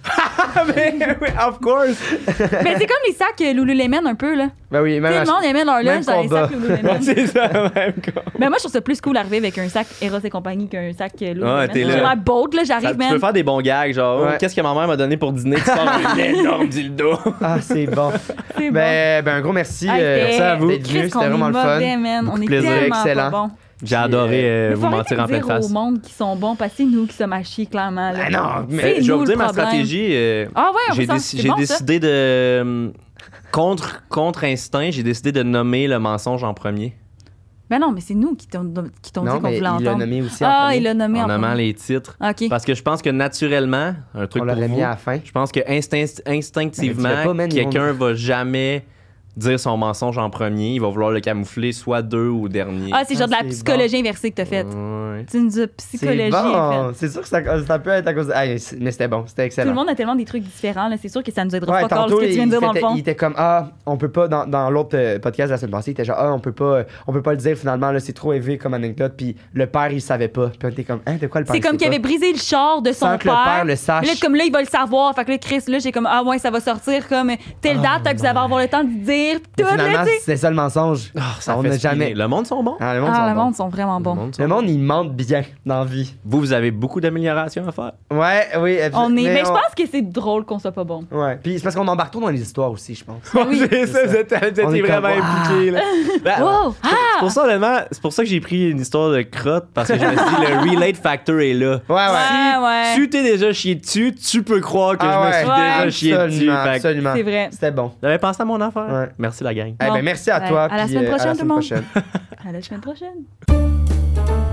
Mais oui, of course. Mais c'est comme les sacs euh, Lululemon un peu, là. Ben oui, Tu même sais, le à- monde aimait leur même lunch dans les combat. sacs Lululemon. C'est ça, même quoi. Mais moi, je trouve ça plus cool d'arriver avec un sac Eros et compagnie qu'un sac euh, Lululemon. Ouais, t'es J'ai là. l'air bold, là, Ça, j'arrive, tu peux man. faire des bons gags, genre, oh, Ouais. qu'est-ce que ma mère m'a donné pour dîner? Tu sors un énorme dildo. Ah, c'est bon. C'est bon. Ben, ben, un gros merci. Hey, euh, c'était- merci à vous d'être Chris, venus. qu'on C'était vraiment est le fun. mauvais, man. Beaucoup On de est plaisir. tellement Excellent. pas bon. J'ai adoré euh, Mais vous faut mentir en arrêter de pleine dire face. au monde qui sont bons, parce que c'est nous qui sommes à chier, clairement. Là. Ben non, mais C'est Je vais nous vous le dire ma problème. stratégie. euh, Ah ouais, on j'ai peut déc- s'en- j'ai c'est bon, ça. décidé de. euh, Contre, contre instinct, j'ai décidé de nommer le mensonge en premier. Ben non, mais c'est nous qui t'ont qui t'ont dit non, qu'on mais voulait il l'a entendre. nommé aussi en Ah, premier. il l'a nommé en, En nommant premier. les titres. OK. Parce que je pense que naturellement, un truc On pour l'aurait vous, mis à la fin. je pense que instinct- Ben, instinctivement, dis-le pas, man, ils quelqu'un vont- va jamais dire son mensonge en premier. Il va vouloir le camoufler soit deux ou dernier. Ah, c'est genre de la c'est psychologie inversée que t'as faite. Ouais. Tu nous as C'est psychologie bon. faite. C'est sûr que ça, ça peut être à cause de... Ah, c'est- mais c'était bon, c'était Tout excellent. le monde a tellement des trucs différents. là. C'est sûr que ça nous aidera Ouais, pas encore ce tantôt, que tu viens de il, dire dans le était, fond. il était comme ah, on peut pas dans, dans l'autre euh, podcast la semaine passée, il était genre ah, on peut pas on peut pas le dire finalement là, c'est trop élevé comme anecdote puis le père il savait pas. Puis on était comme hein, de quoi le père C'est il comme sait qu'il pas? avait brisé le char de son Sans que le père le sache. Mais là, comme là, il va le savoir. Fait que là, Chris, là, j'ai comme, ah ouais, ça va sortir comme telle date, fait que vous allez avoir le temps de dire. Mais Tout, finalement, là, tu sais. c'est ça le mensonge. Ah, ça on fait n'a spirer. jamais. Le monde sont bons. Ah, le monde, Ah, sont le bons. monde sont vraiment Le bons. monde sont Le bons. monde, il mente bien dans la vie. Vous, vous avez beaucoup d'améliorations à faire. Ouais, oui. On est. mais Mais je pense que c'est drôle qu'on soit pas bon. Ouais. Puis c'est parce qu'on embarque trop dans les histoires aussi, je pense. oui. c'est ça, vous êtes, vous êtes On est vraiment comme, impliqués. Là. Ben, Wow! C'est Ah! pour ça, honnêtement, c'est pour ça que j'ai pris une histoire de crotte, parce que je me suis dit, le relate factor est là. Ouais, ouais. Ouais, ouais. Tu t'es déjà chié dessus, tu peux croire que Ah je me ouais. suis Ouais. déjà chié dessus. Absolument, Fait que absolument. C'est vrai. C'était bon. J'avais pensé à mon affaire. Ouais. Merci la gang. Eh Bon. ben, merci à Ouais. toi. À la puis, semaine euh, prochaine, à la tout le semaine monde. prochaine. À la semaine prochaine.